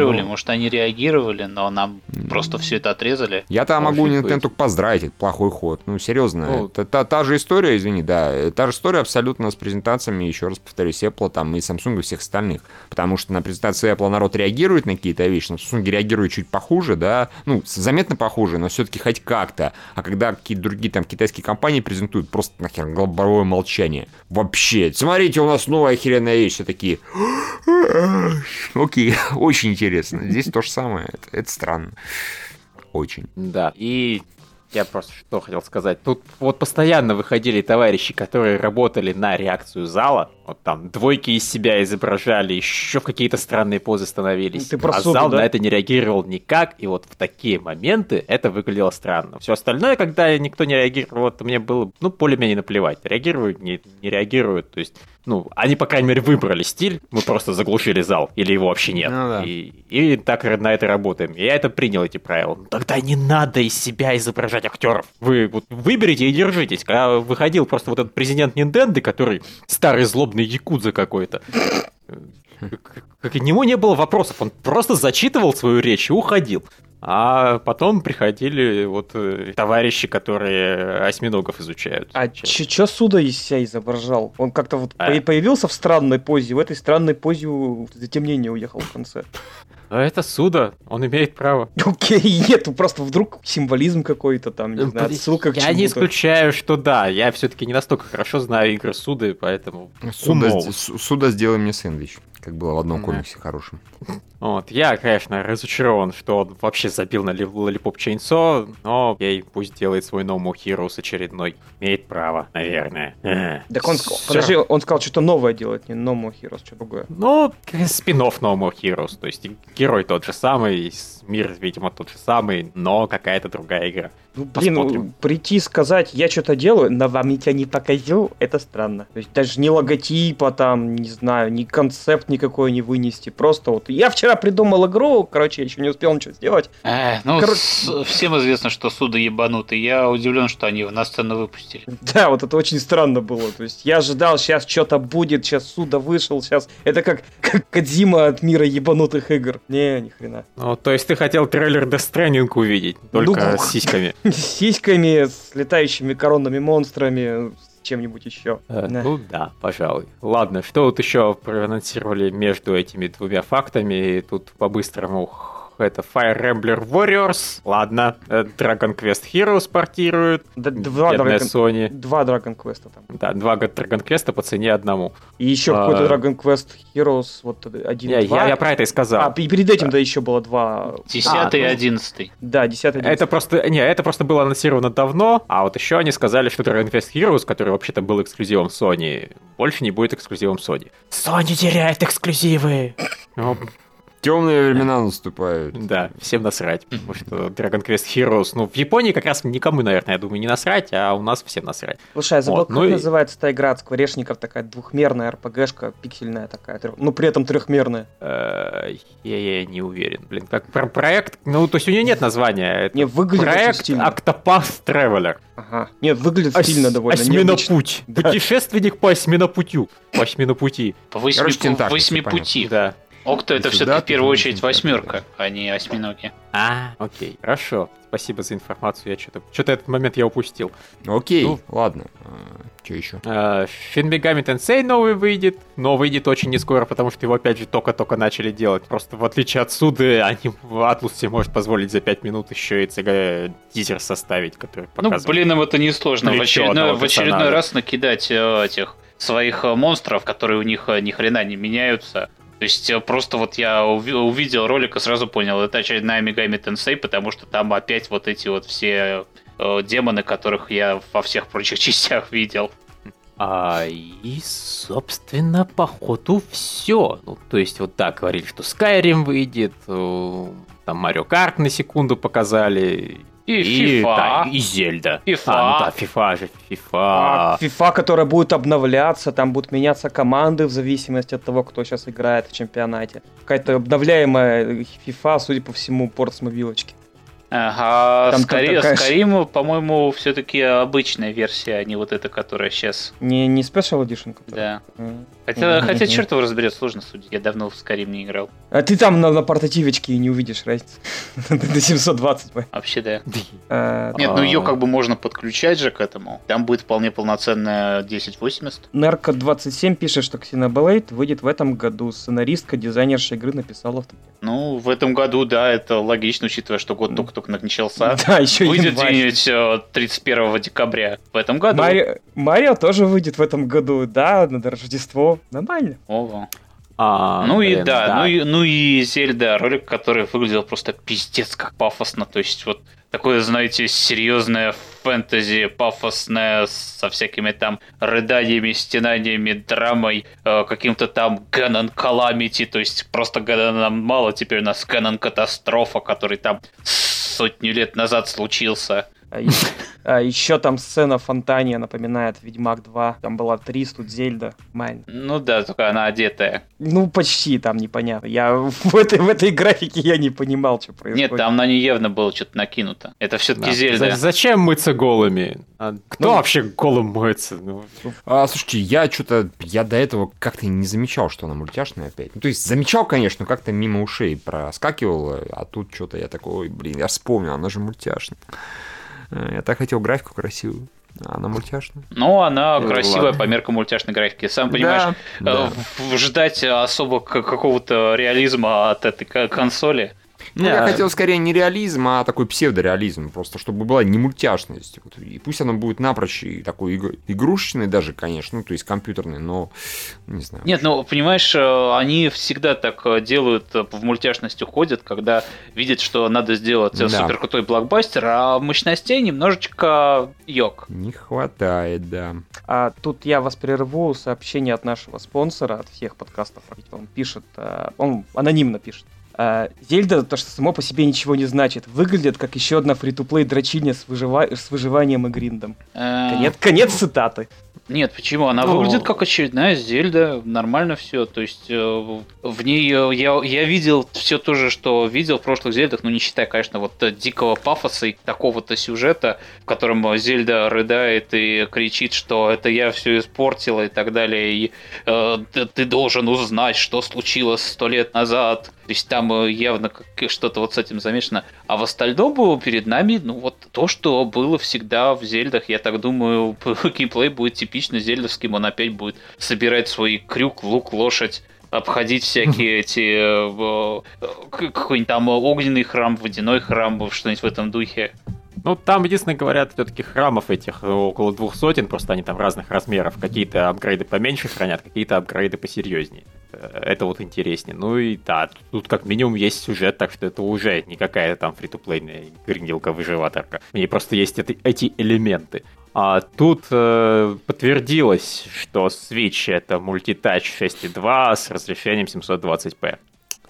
реагировали, но нам просто все это отрезали. Я-то могу Nintendo только поздравить, это плохой ход. Ну, серьезно. Это та же история, извини, да. Та же история абсолютно с презентациями, еще раз повторюсь, Apple там и Samsung и всех остальных. Потому что на презентации Apple народ реагирует на какие-то вещи, на Samsung реагирует чуть похуже, да. Ну, заметно похуже, но все-таки хоть как-то. А когда какие-то другие там китайские компании презентуют, просто нахер гробовое молчание. Вообще. Смотрите, у нас новая охеренная вещь. Все такие... Окей, очень интересно. Здесь то же самое. Это странно. Очень. Да, и я просто что хотел сказать. Тут вот постоянно выходили товарищи, которые работали на реакцию зала. Вот там двойки из себя изображали, еще в какие-то странные позы становились. Зал на это не реагировал никак, и вот в такие моменты это выглядело странно. Все остальное, когда никто не реагировал, вот мне было, более-менее наплевать. Реагируют, не реагируют, то есть, они, по крайней мере, выбрали стиль, мы просто заглушили зал, или его вообще нет. Ну, да. И так на это работаем. И я это принял, эти правила. Тогда не надо из себя изображать актеров. Вы вот выберите и держитесь. Когда выходил просто вот этот президент Nintendo, который старый злобный якудза какой-то, к нему не было вопросов, он просто зачитывал свою речь и уходил. А потом приходили вот товарищи, которые осьминогов изучают. А чё Суда из себя изображал? Он как-то вот появился в странной позе, в этой странной позе в затемнение уехал в конце. А это Суда, он имеет право. Окей, нет, просто вдруг символизм какой-то там, не знаю, отсылка к чему-то. Я не исключаю, что да, я все-таки не настолько хорошо знаю игры Суды, поэтому... Суда, сделай мне сэндвич, как было в одном комиксе хорошем. Вот, я, конечно, разочарован, что он вообще забил на Lollipop Chainsaw, но окей, пусть делает свой No More Heroes очередной. Имеет право, наверное. Так он сказал, подожди, он сказал, что-то новое делать, не No More Heroes, что другое. Ну, спин-офф No More Heroes, то есть герой тот же самый, мир, видимо, тот же самый, но какая-то другая игра. Ну, блин, прийти и сказать, я что-то делаю, но вам я не покажу, это странно. То есть даже ни логотипа там, не знаю, ни концепт никакой не вынести, просто вот я вчера придумал игру, короче, я еще не успел ничего сделать. Всем известно, что Суда ебанутый, я удивлен, что они его на сцену выпустили. Да, вот это очень странно было, то есть я ожидал, сейчас что-то будет, сейчас Суда вышел, сейчас, это как Кодзима от мира ебанутых игр. Не, ни хрена. Ну, то есть ты хотел трейлер Death Stranding увидеть, только с сиськами. С сиськами, с летающими коронными монстрами, с чем-нибудь еще. Ну да, пожалуй. Ладно, что вот еще проанонсировали между этими двумя фактами? Тут по-быстрому это Fire Emblem Warriors. Ладно, Dragon Quest Heroes портируют. Два Sony. Dragon Quest там. Да, 2 Dragon Quest по цене одному. И еще какой-то Dragon Quest Heroes, вот 1-2. Я про это и сказал. И перед этим, да, еще было 2. 10 и 11. Да, 10 и 11. Это просто было анонсировано давно, а вот еще они сказали, что Dragon Quest Heroes, который вообще-то был эксклюзивом Sony, больше не будет эксклюзивом Sony. Sony теряет эксклюзивы! Темные времена наступают. Да, всем насрать, потому что Dragon Quest Heroes, ну, в Японии как раз никому, наверное, я думаю, не насрать, а у нас всем насрать. Слушай, я забыл, как называется та игра от скворечников, такая двухмерная РПГшка, пиксельная такая, но при этом трехмерная. Я не уверен, блин, как проект, ну, то есть у нее нет названия. Не, выглядит проект стильно. Octopath Traveler. Ага. Нет, выглядит стильно довольно. Осьминопуть. Да. Путешественник по осьминопутю. По осьминопути. По восьмипути. Да. Окто это все-таки в первую очередь восьмерка, а не осьминоги. Окей, хорошо. Спасибо за информацию. Я что-то этот момент я упустил. Окей, ладно. Что еще? Shin Megami Tensei новый выйдет, но выйдет очень не скоро, потому что его опять же только-только начали делать. Просто в отличие от Суды, Atlus себе может позволить за 5 минут еще и тизер составить, который показывает. Ну, блин, им это несложно. В очередной раз накидать этих своих монстров, которые у них ни хрена не меняются. То есть просто вот я увидел ролик и сразу понял, это очередная Megami Tensei, потому что там опять вот эти вот все демоны, которых я во всех прочих частях видел. И, собственно, походу все. Ну, то есть вот так говорили, что Skyrim выйдет, там Mario Kart на секунду показали. И FIFA. Да, и Зельда. FIFA. Ну да, FIFA же, FIFA. FIFA, которая будет обновляться, там будут меняться команды в зависимости от того, кто сейчас играет в чемпионате. Какая-то обновляемая FIFA, судя по всему, порт с мобилочки. Ага, Skyrim, по-моему, все-таки обычная версия, а не вот эта, которая сейчас. Не Special Edition? Да. Хотя черт его разберет, сложно судить. Я давно в Skyrim не играл. А ты там на портативочке и не увидишь разницы. До 720. Вообще, да. Нет, ну ее как бы можно подключать же к этому. Там будет вполне полноценная 1080. Нерка 27 пишет, что Xenoblade выйдет в этом году. Сценаристка, дизайнерша игры написала в таке. Ну, в этом году, да, это логично, учитывая, что год только начался. Да, еще выйдет где-нибудь 31 декабря в этом году. Марио тоже выйдет в этом году, да, на Рождество. Нормально. Ого. Ну и Зельда, ролик, который выглядел просто пиздец как пафосно. То есть вот такое, знаете, серьезное фэнтези, пафосное, со всякими там рыданиями, стенаниями, драмой, каким-то там Ganon Calamity, то есть просто Ganon мало, теперь у нас Ganon Катастрофа, который там сотню лет назад случился. Еще там сцена в фонтане напоминает Ведьмак 2. Там была Трис, тут Зельда. Майн. Ну да, только она одетая. Ну, почти там непонятно. Я в этой графике я не понимал, что происходит. Нет, там на нее явно было что-то накинуто. Это все-таки Зельда. Зачем мыться голыми? Кто вообще голым моется? Слушайте, я до этого как-то не замечал, что она мультяшная опять. Ну, то есть замечал, конечно, но как-то мимо ушей проскакивала, а тут что-то я такой, ой, блин, я вспомнил, она же мультяшная. Я так хотел графику красивую. Она мультяшная. Ну, она красивая по меркам мультяшной графики. Сам понимаешь, ждать особо какого-то реализма от этой консоли. Ну, я хотел скорее не реализм, а такой псевдореализм, просто чтобы была не мультяшность. И пусть она будет напрочь и такой игрушечной даже, конечно, ну, то есть компьютерной, но не знаю. Нет, ну, понимаешь, они всегда так делают, в мультяшность уходят, когда видят, что надо сделать супер крутой блокбастер, а мощностей немножечко йог. Не хватает, да. А тут я вас прерву, сообщение от нашего спонсора, от всех подкастов. Он пишет, он анонимно пишет. Зельда, то, что само по себе ничего не значит, выглядит как еще одна фри-то-плей дрочильня с выживанием и гриндом. Конец цитаты. Нет, почему? Она выглядит как очередная Зельда, нормально все. То есть в ней я видел все то же, что видел в прошлых Зельдах, ну не считая, конечно, вот дикого пафоса и такого-то сюжета, в котором Зельда рыдает и кричит, что это я все испортила и так далее, и ты должен узнать, что случилось 100 лет назад. То есть там явно что-то вот с этим замешано. А в остальном было перед нами, ну вот то, что было всегда в Зельдах, я так думаю, геймплей будет типично зельдовским, он опять будет собирать свой крюк, лук, лошадь, обходить всякие эти какой-нибудь там огненный храм, водяной храм, что-нибудь в этом духе. Ну, там, единственное, говорят, все-таки храмов этих около 200, просто они там разных размеров. Какие-то апгрейды поменьше хранят, какие-то апгрейды посерьезнее. Это вот интереснее. Ну и да, тут как минимум есть сюжет, так что это уже не какая-то там фри-то-плейная гринделка-выживаторка. У нее просто есть эти элементы. А тут подтвердилось, что Switch это мультитач 6.2 с разрешением 720p.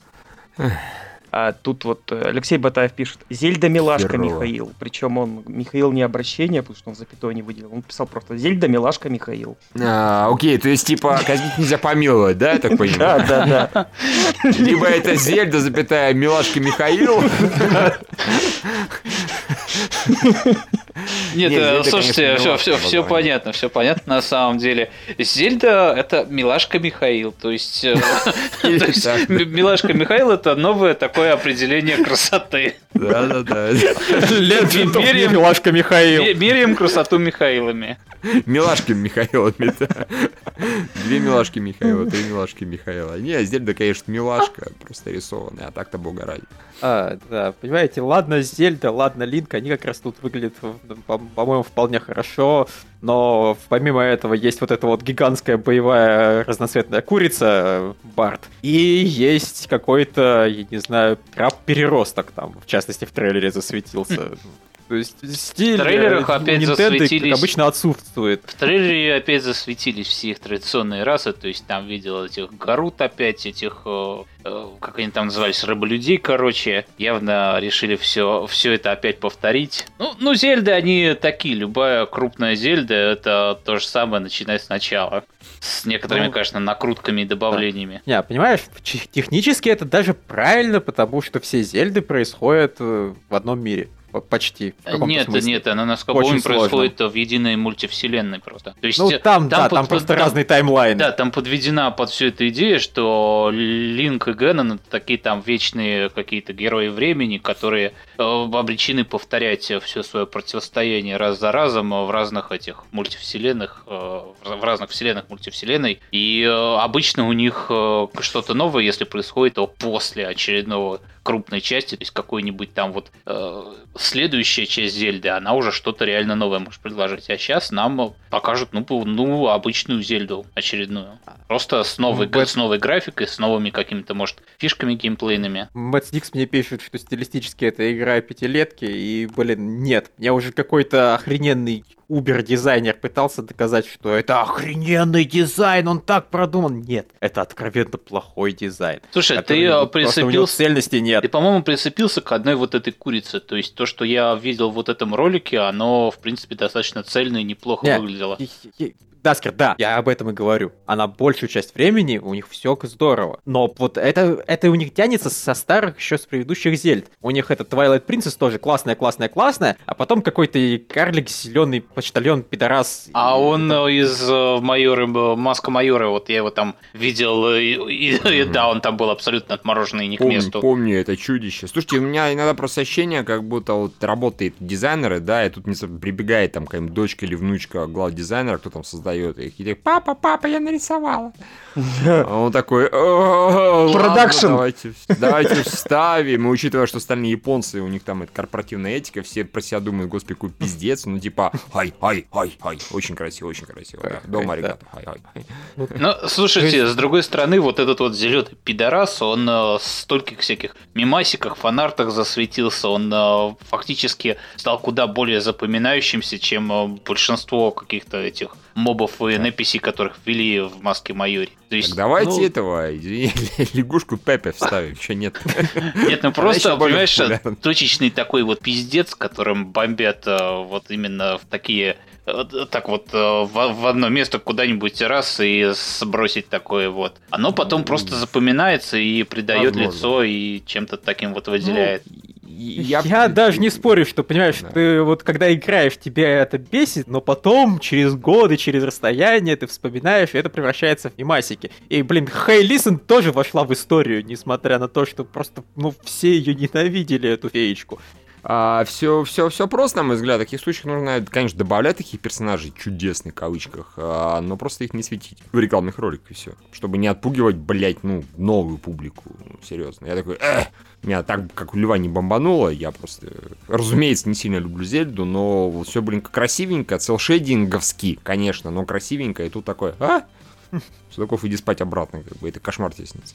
А тут вот Алексей Батаев пишет: Зельда Милашка Михаил. Причем он Михаил не обращение, потому что он запятой не выделил. Он писал просто Зельда Милашка Михаил. Окей, то есть типа казнить нельзя помиловать, да, я так понимаю? Да. Либо это Зельда, запятая Милашка Михаил. Нет, слушайте, все понятно на самом деле. Зельда это Милашка Михаил, то есть Милашка Михаил это новое такое определение красоты. Да. Милашка Михаил. Меряем красоту Михаилами. Милашки Михаилами, да. 2 Милашки Михаила, 3 Милашки Михаила. Не, Зельда, конечно, Милашка, просто рисованная, а так-то бога ради. Да, понимаете, ладно Зельда, ладно Линк, они как раз тут выглядят, по-моему, вполне хорошо, но помимо этого есть вот эта вот гигантская боевая разноцветная курица Барт, и есть какой-то, я не знаю, краб-переросток там, в частности, в трейлере засветился. То есть стиль в трейлерах опять засветились, как обычно, отсутствует. В трейлере опять засветились все их традиционные расы, то есть там видел этих Гарут опять, этих, как они там назывались, рыболюдей, короче. Явно решили все это опять повторить. Ну, Зельды, они такие, любая крупная Зельда, это то же самое, начиная сначала. С некоторыми, конечно, накрутками и добавлениями. Не, понимаешь, технически это даже правильно, потому что все Зельды происходят в одном мире. Почти. Нет, она насколько помню происходит в единой мультивселенной просто. То есть, ну, там просто разные таймлайны. Да, там подведена под всю эту идею, что Линк и Генон это такие там вечные какие-то герои времени, которые обречены повторять все свое противостояние раз за разом в разных этих мультивселенных, в разных вселенных мультивселенной. И обычно у них что-то новое, если происходит, то после очередного крупной части, то есть какой-нибудь там вот следующая часть Зельды, она уже что-то реально новое может предложить. А сейчас нам покажут, обычную Зельду очередную. Просто с новой графикой, с новыми какими-то, может, фишками геймплейными. Мэтт Дикс мне пишет, что стилистически это игра пятилетки, и, нет, мне уже какой-то охрененный убер-дизайнер пытался доказать, что это охрененный дизайн, он так продуман. Нет, это откровенно плохой дизайн. Слушай, ты прицепился... цельности нет. Ты, по-моему, прицепился к одной вот этой курице. То есть то, что я видел в вот этом ролике, оно, в принципе, достаточно цельно и неплохо выглядело. Даскер, да, я об этом и говорю. Она большую часть времени, у них все здорово. Но вот это у них тянется со старых, еще с предыдущих Зельд. У них этот Twilight Princess тоже классная, а потом какой-то карлик, зеленый почтальон, пидорас. А он из Маска Майора, вот я его там видел, и да, он там был абсолютно отмороженный, не к месту. Помню это чудище. Слушайте, у меня иногда просто ощущение, как будто вот работает дизайнеры, да, и тут не прибегает там какая-нибудь дочка или внучка глав дизайнера, кто там создает их, и так, папа, я нарисовала. Он такой, продакшн, давайте вставим. И учитывая, что остальные японцы, у них там это корпоративная этика, все про себя думают, господи, какой пиздец, ну типа, ай, очень красиво, да. Дома, ребята, ай. Ну, слушайте, с другой стороны, вот этот вот зеленый пидорас, он в стольких всяких мемасиках, фанартах засветился, он фактически стал куда более запоминающимся, чем большинство каких-то этих мобов и NPC, которых ввели в Маске Майори. То есть, так давайте этого, лягушку Пепе вставим, что нет? Нет, ну просто, понимаешь, точечный такой вот пиздец, которым бомбят вот именно в такие... так вот в одно место куда-нибудь раз и сбросить такое вот. Оно потом просто запоминается и придает лицо и чем-то таким вот выделяет. Я даже не спорю, что, понимаешь, ты вот когда играешь, тебя это бесит, но потом, через годы, через расстояние, ты вспоминаешь, и это превращается в мемасики. И, блин, Hey Listen тоже вошла в историю, несмотря на то, что просто, все ее ненавидели, эту феечку. Все просто, на мой взгляд. В таких случаях нужно, конечно, добавлять таких персонажей, чудесных, в кавычках, но просто их не светить в рекламных роликах, и все. Чтобы не отпугивать, блять, новую публику. Серьезно. Я такой, меня так, как у Льва не бомбануло, я просто, разумеется, не сильно люблю Зельду, но вот все, блин, красивенько, целшейдинговски, конечно, но красивенько, и тут такое, Судаков, иди спать обратно, как бы, это кошмар тебе снится.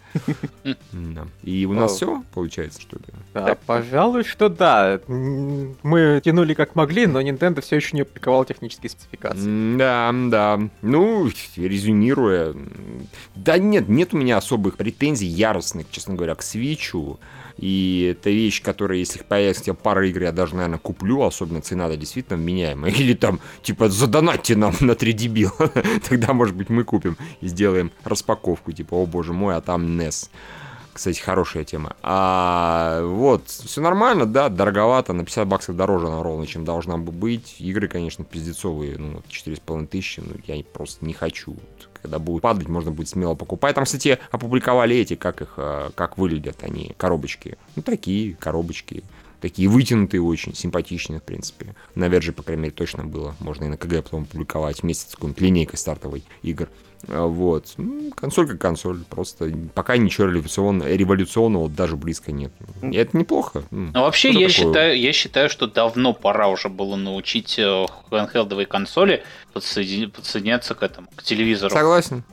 И у нас все получается, что ли? Да, пожалуй, что да. Мы тянули как могли, но Nintendo все еще не опубликовал технические спецификации. Да. Ну, резюмируя, да нет у меня особых претензий яростных, честно говоря, к Switch'у. И это вещь, которая, если появится пара игр, я даже, наверное, куплю, особенно цена-то действительно вменяемая. Или там, типа, задонатьте нам на 3 дебила. Тогда, может быть, мы купим и сделаем распаковку, типа, о боже мой, а там NES. Кстати, хорошая тема. Вот, все нормально, да, дороговато, на $50 дороже она ровно, чем должна бы быть. Игры, конечно, пиздецовые, 4500, я просто не хочу. Когда будет падать, можно будет смело покупать. Там, кстати, опубликовали эти, как выглядят они, коробочки. Такие коробочки. Такие вытянутые очень, симпатичные, в принципе. На Верже, по крайней мере, точно было. Можно и на КГ потом публиковать вместе с какой-нибудь линейкой стартовой игр. Вот. Консоль как консоль. Просто пока ничего революционного даже близко нет. И это неплохо. Вообще, я считаю, что давно пора уже было научить handheld'овые консоли подсоединяться к телевизору. Согласен.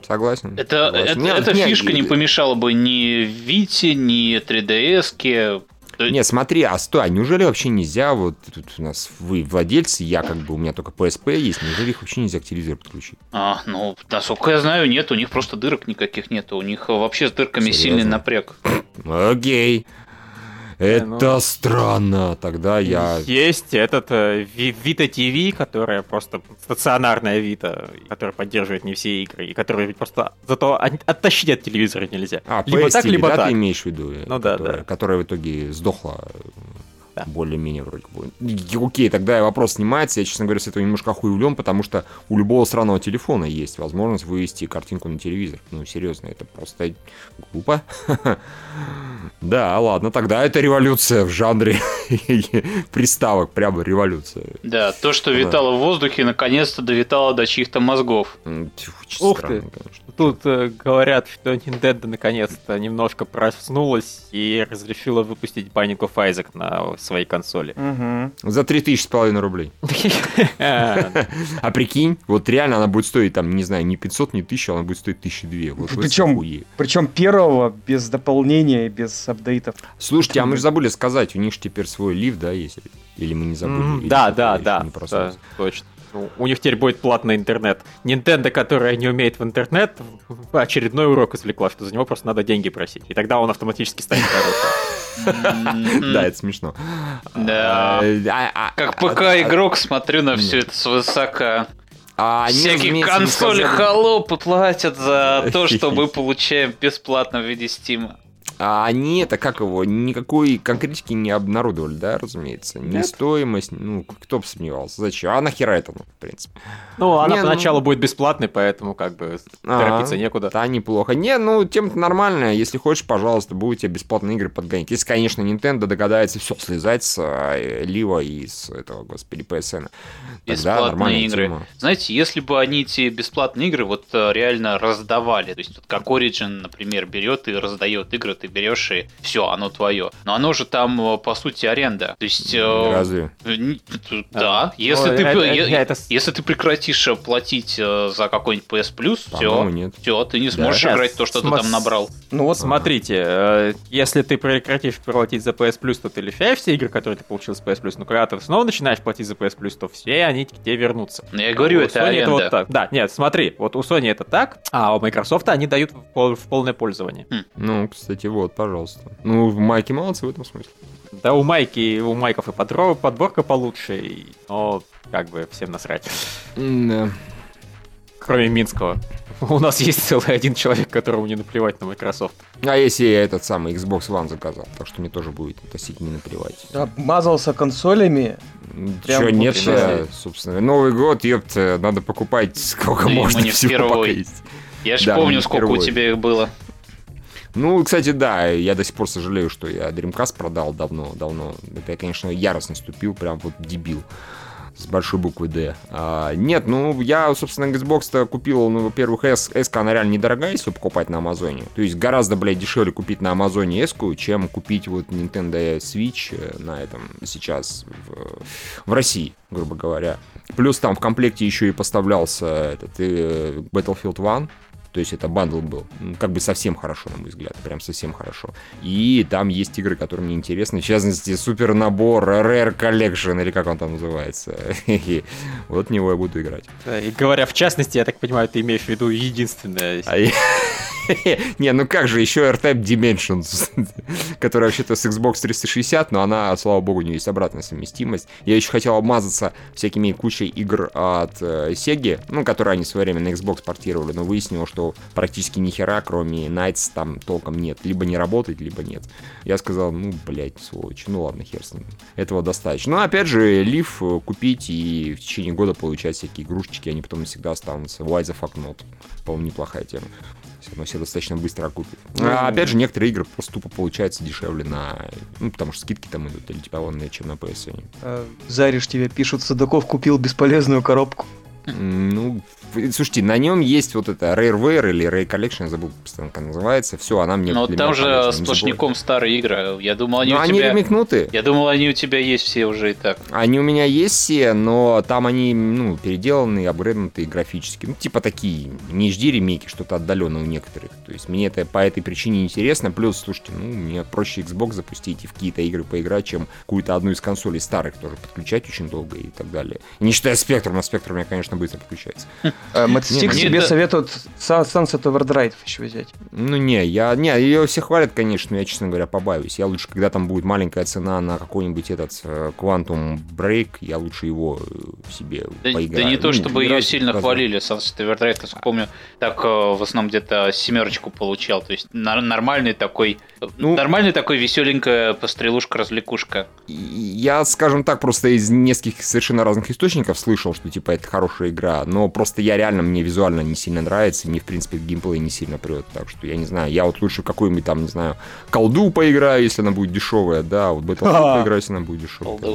Эта фишка не помешала бы ни Vita, ни 3DS-ке. Не, смотри, неужели вообще нельзя, вот тут у нас вы владельцы, у меня только PSP есть, неужели их вообще нельзя к телевизору подключить? Насколько я знаю, нет, у них просто дырок никаких нет, у них вообще с дырками сильный напряг. Окей. Это странно, тогда я... Есть этот Vita TV, которая просто стационарная Vita, которая поддерживает не все игры, и которую просто зато оттащить от телевизора нельзя. Либо PS так, либо так. Ты имеешь в виду? Да. Которая в итоге сдохла. Да. Более-менее вроде бы. Окей, тогда вопрос снимается. Я, честно говоря, с этого немножко охуевлен, потому что у любого сраного телефона есть возможность вывести картинку на телевизор. Серьезно, это просто глупо. Да, ладно, тогда это революция в жанре приставок, прямо революция. Да, то, что витало в воздухе, наконец-то довитало до чьих-то мозгов. Ух ты, тут говорят, что Nintendo наконец-то немножко проснулась и разрешила выпустить Binding of Isaac на своей консоли. За 3500 рублей. А прикинь, вот реально она будет стоить, там, не знаю, не 500, не 1000, она будет стоить 1200. Причем первого, без дополнения, без апдейтов. Слушайте, а мы же забыли сказать, у них же теперь свой лифт, да, есть? Или мы не забыли? Да, точно. У них теперь будет платный интернет. Nintendo, которая не умеет в интернет, очередной урок извлекла, что за него просто надо деньги просить. И тогда он автоматически станет хорошим. Да, это смешно. Да. Как ПК-игрок смотрю на все это свысока. Всякие консоли холопы платят за то, что мы получаем бесплатно в виде Стима. А они никакой конкретики не обнародовали, да, разумеется? Ни стоимость, кто бы сомневался. Зачем? А нахера это, в принципе? Она поначалу будет бесплатной, поэтому торопиться некуда. Да, неплохо. Тем-то нормально. Если хочешь, пожалуйста, будете бесплатные игры подгонять. Если, конечно, Nintendo догадается все слезать с Лива и с этого, господи, PSN. Бесплатные игры. Тема. Знаете, если бы они эти бесплатные игры реально раздавали, то есть как Origin, например, берет и раздает игры, ты берешь и все, оно твое. Но оно же там, по сути, аренда. То есть... Разве? Да. Если ты прекратишь платить за какой-нибудь PS Plus, все, ты не сможешь играть то, что ты там набрал. Смотрите, если ты прекратишь платить за PS Plus, то ты лишаешь все игры, которые ты получил с PS Plus, но когда ты снова начинаешь платить за PS Plus, то все они к тебе вернутся. Я говорю, это аренда. Вот так. Да, нет, смотри, вот у Sony это так, а у Microsoft они дают в полное пользование. Кстати, пожалуйста. Майки молодцы в этом смысле. Да, у Майков и подборка получше, но всем насрать. Да. Кроме Минского. У нас есть целый один человек, которому не наплевать на Microsoft. А если я этот самый Xbox One заказал, так что мне тоже будет относительно наплевать. Обмазался консолями. Чё, нет, собственно. Новый год, надо покупать сколько можно всего пока есть. Я же помню, сколько у тебя их было. Кстати, да, я до сих пор сожалею, что я Dreamcast продал давно. Это я, конечно, яростно ступил, прям дебил. С большой буквы D. Нет, я, собственно, Xbox-то купил, во-первых, S-ка, она реально недорогая, если покупать на Амазоне. То есть гораздо, дешевле купить на Амазоне S-ку, чем купить Nintendo Switch на этом сейчас в России, грубо говоря. Плюс там в комплекте еще и поставлялся Battlefield 1. То есть это бандл был. Совсем хорошо, на мой взгляд. Прям совсем хорошо. И там есть игры, которые мне интересны. В частности, супер набор Rare Collection, или как он там называется. Вот в него я буду играть. И говоря в частности, я так понимаю, ты имеешь в виду единственное... Не, как же, еще R-Type Dimensions, которая вообще-то с Xbox 360, но она, слава богу, у нее есть обратная совместимость. Я еще хотел обмазаться всякими кучей игр от Sega, которые они в свое время на Xbox портировали, но выяснилось, что практически ни хера, кроме Nights, там толком нет. Либо не работает, либо нет. Я сказал, сволочь, ладно, хер с ним. Этого достаточно. Но, опять же, Leaf купить и в течение года получать всякие игрушечки, они потом навсегда останутся. Why the fuck not? По-моему, неплохая тема. Но все достаточно быстро окупит. Опять же, некоторые игры просто тупо получаются дешевле потому что скидки там идут, или чем на PSN. Зариш тебе пишут, Судаков купил бесполезную коробку. Слушайте, на нем есть вот это Rareware или Rare Collection, я забыл, как она называется. Все, она мне... Но там же сплошняком старые игры. Я думал, они у тебя... они ремикнуты. Я думал, они у тебя есть все уже и так. Они у меня есть все, но там они, переделанные, апгрейднутые графически. Типа такие, не HD ремейки, что-то отдаленное у некоторых. То есть мне это по этой причине интересно. Плюс, слушайте, мне проще Xbox запустить и в какие-то игры поиграть, чем какую-то одну из консолей старых тоже подключать очень долго и так далее. И не считая Spectrum, а Spectrum у меня, конечно, быстро подключается. Матстик себе советует Sunset Overdrive еще взять. Ее все хвалят, конечно, но я, честно говоря, побаиваюсь. Я лучше, когда там будет маленькая цена на какой-нибудь этот Quantum Break, я лучше его себе поиграю. Да не то, чтобы ее сильно хвалили. Sunset Overdrive, я помню, так в основном где-то 7 получал. То есть нормальный такой веселенькая пострелушка-развлекушка. Я, скажем так, просто из нескольких совершенно разных источников слышал, что типа это хорошая игра, но просто мне визуально не сильно нравится, мне, в принципе, геймплей не сильно прет, так что я не знаю, я лучше какую-нибудь там, не знаю, колду поиграю, если она будет дешевая, да, Battlefield поиграю, если она будет дешевая.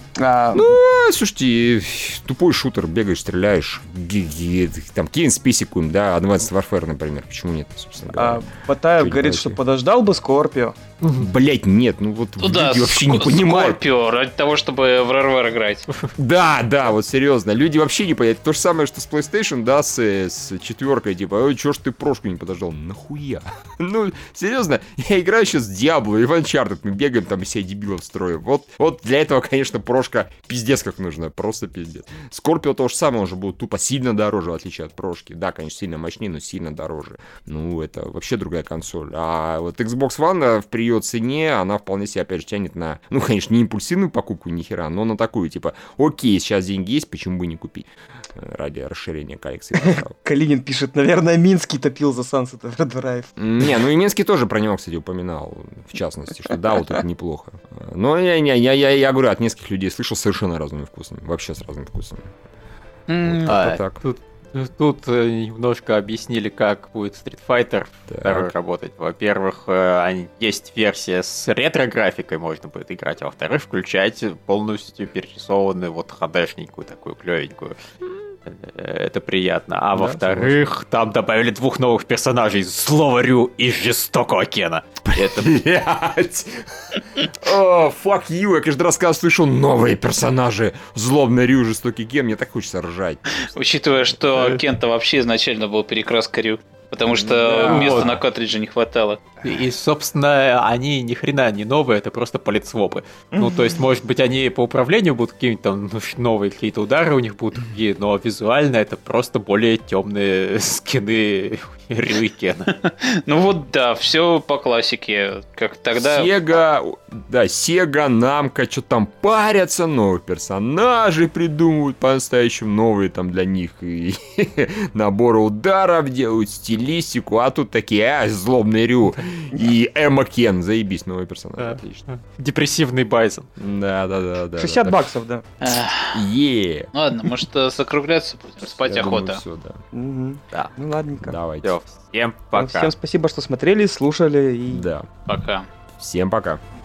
Слушайте, тупой шутер, бегаешь, стреляешь, там кинь списикуем, да, Advanced Warfare, например, почему нет, собственно говоря. Батаев говорит, что подождал бы Скорпио. Блять, нет, ну вот люди вообще не понимают. Скорпио, ради того, чтобы в РРВ играть. Да, вот серьезно, люди вообще не понимают. То же самое, что с PlayStation, да, с четверкой, типа, ой, чё ж ты прошку не подождал? Нахуя? Ну, серьезно, я играю сейчас в Diablo и в Uncharted, мы бегаем там и себя дебилов строим. Вот для этого, конечно, прошка пиздец как нужна, просто пиздец. Скорпио то же самое уже будет тупо сильно дороже, в отличие от прошки. Да, конечно, сильно мощнее, но сильно дороже. Ну, это вообще другая консоль. А вот Xbox One в ее цене, она вполне себе, опять же, тянет на, ну, конечно, не импульсивную покупку ни хера, но на такую, типа, окей, сейчас деньги есть, почему бы не купить? Ради расширения коллекции. Калинин пишет, наверное, Минский топил за Sunset Overdrive. Не, ну и Минский тоже про него, кстати, упоминал, в частности, что да, вот это неплохо. Но я говорю, от нескольких людей слышал совершенно разными вкусами, вообще с разными вкусами. Так. Тут немножко объяснили, как будет Street Fighter 2 работать. Во-первых, есть версия с ретро-графикой, можно будет играть, а во-вторых, включать полностью перерисованную вот HD-шненькую такую клевенькую. Это приятно. А во-вторых, там добавили 2 новых персонажей: Злого Рю и Жестокого Кена. Это, блядь! О, fuck you! Я каждый раз, когда слышу новые персонажи, Злобный Рю, Жестокий Кен, мне так хочется ржать. Учитывая, что Кента вообще изначально был перекраска Рю. Потому что места на картридже не хватало. И, собственно, они ни хрена не новые, это просто политсвопы. Ну, то есть, может быть, они по управлению будут какие-нибудь там новые какие-то удары у них будут, но визуально это просто более темные скины Рю и Кена. Ну вот да, все по классике. Как тогда... Sega, Namco что-то там парятся, новых персонажей придумывают по-настоящему, новые там для них и наборы ударов делают, стилистику, а тут такие, Злобный Рю и Эмма Кен, заебись, новый персонаж, отлично. Депрессивный Байзон. Да. $60, да. Ладно, может закругляться будем, спать охота. Да. Ну ладненько. Давайте. Всем пока. Всем спасибо, что смотрели, слушали. Да. Пока. Всем пока.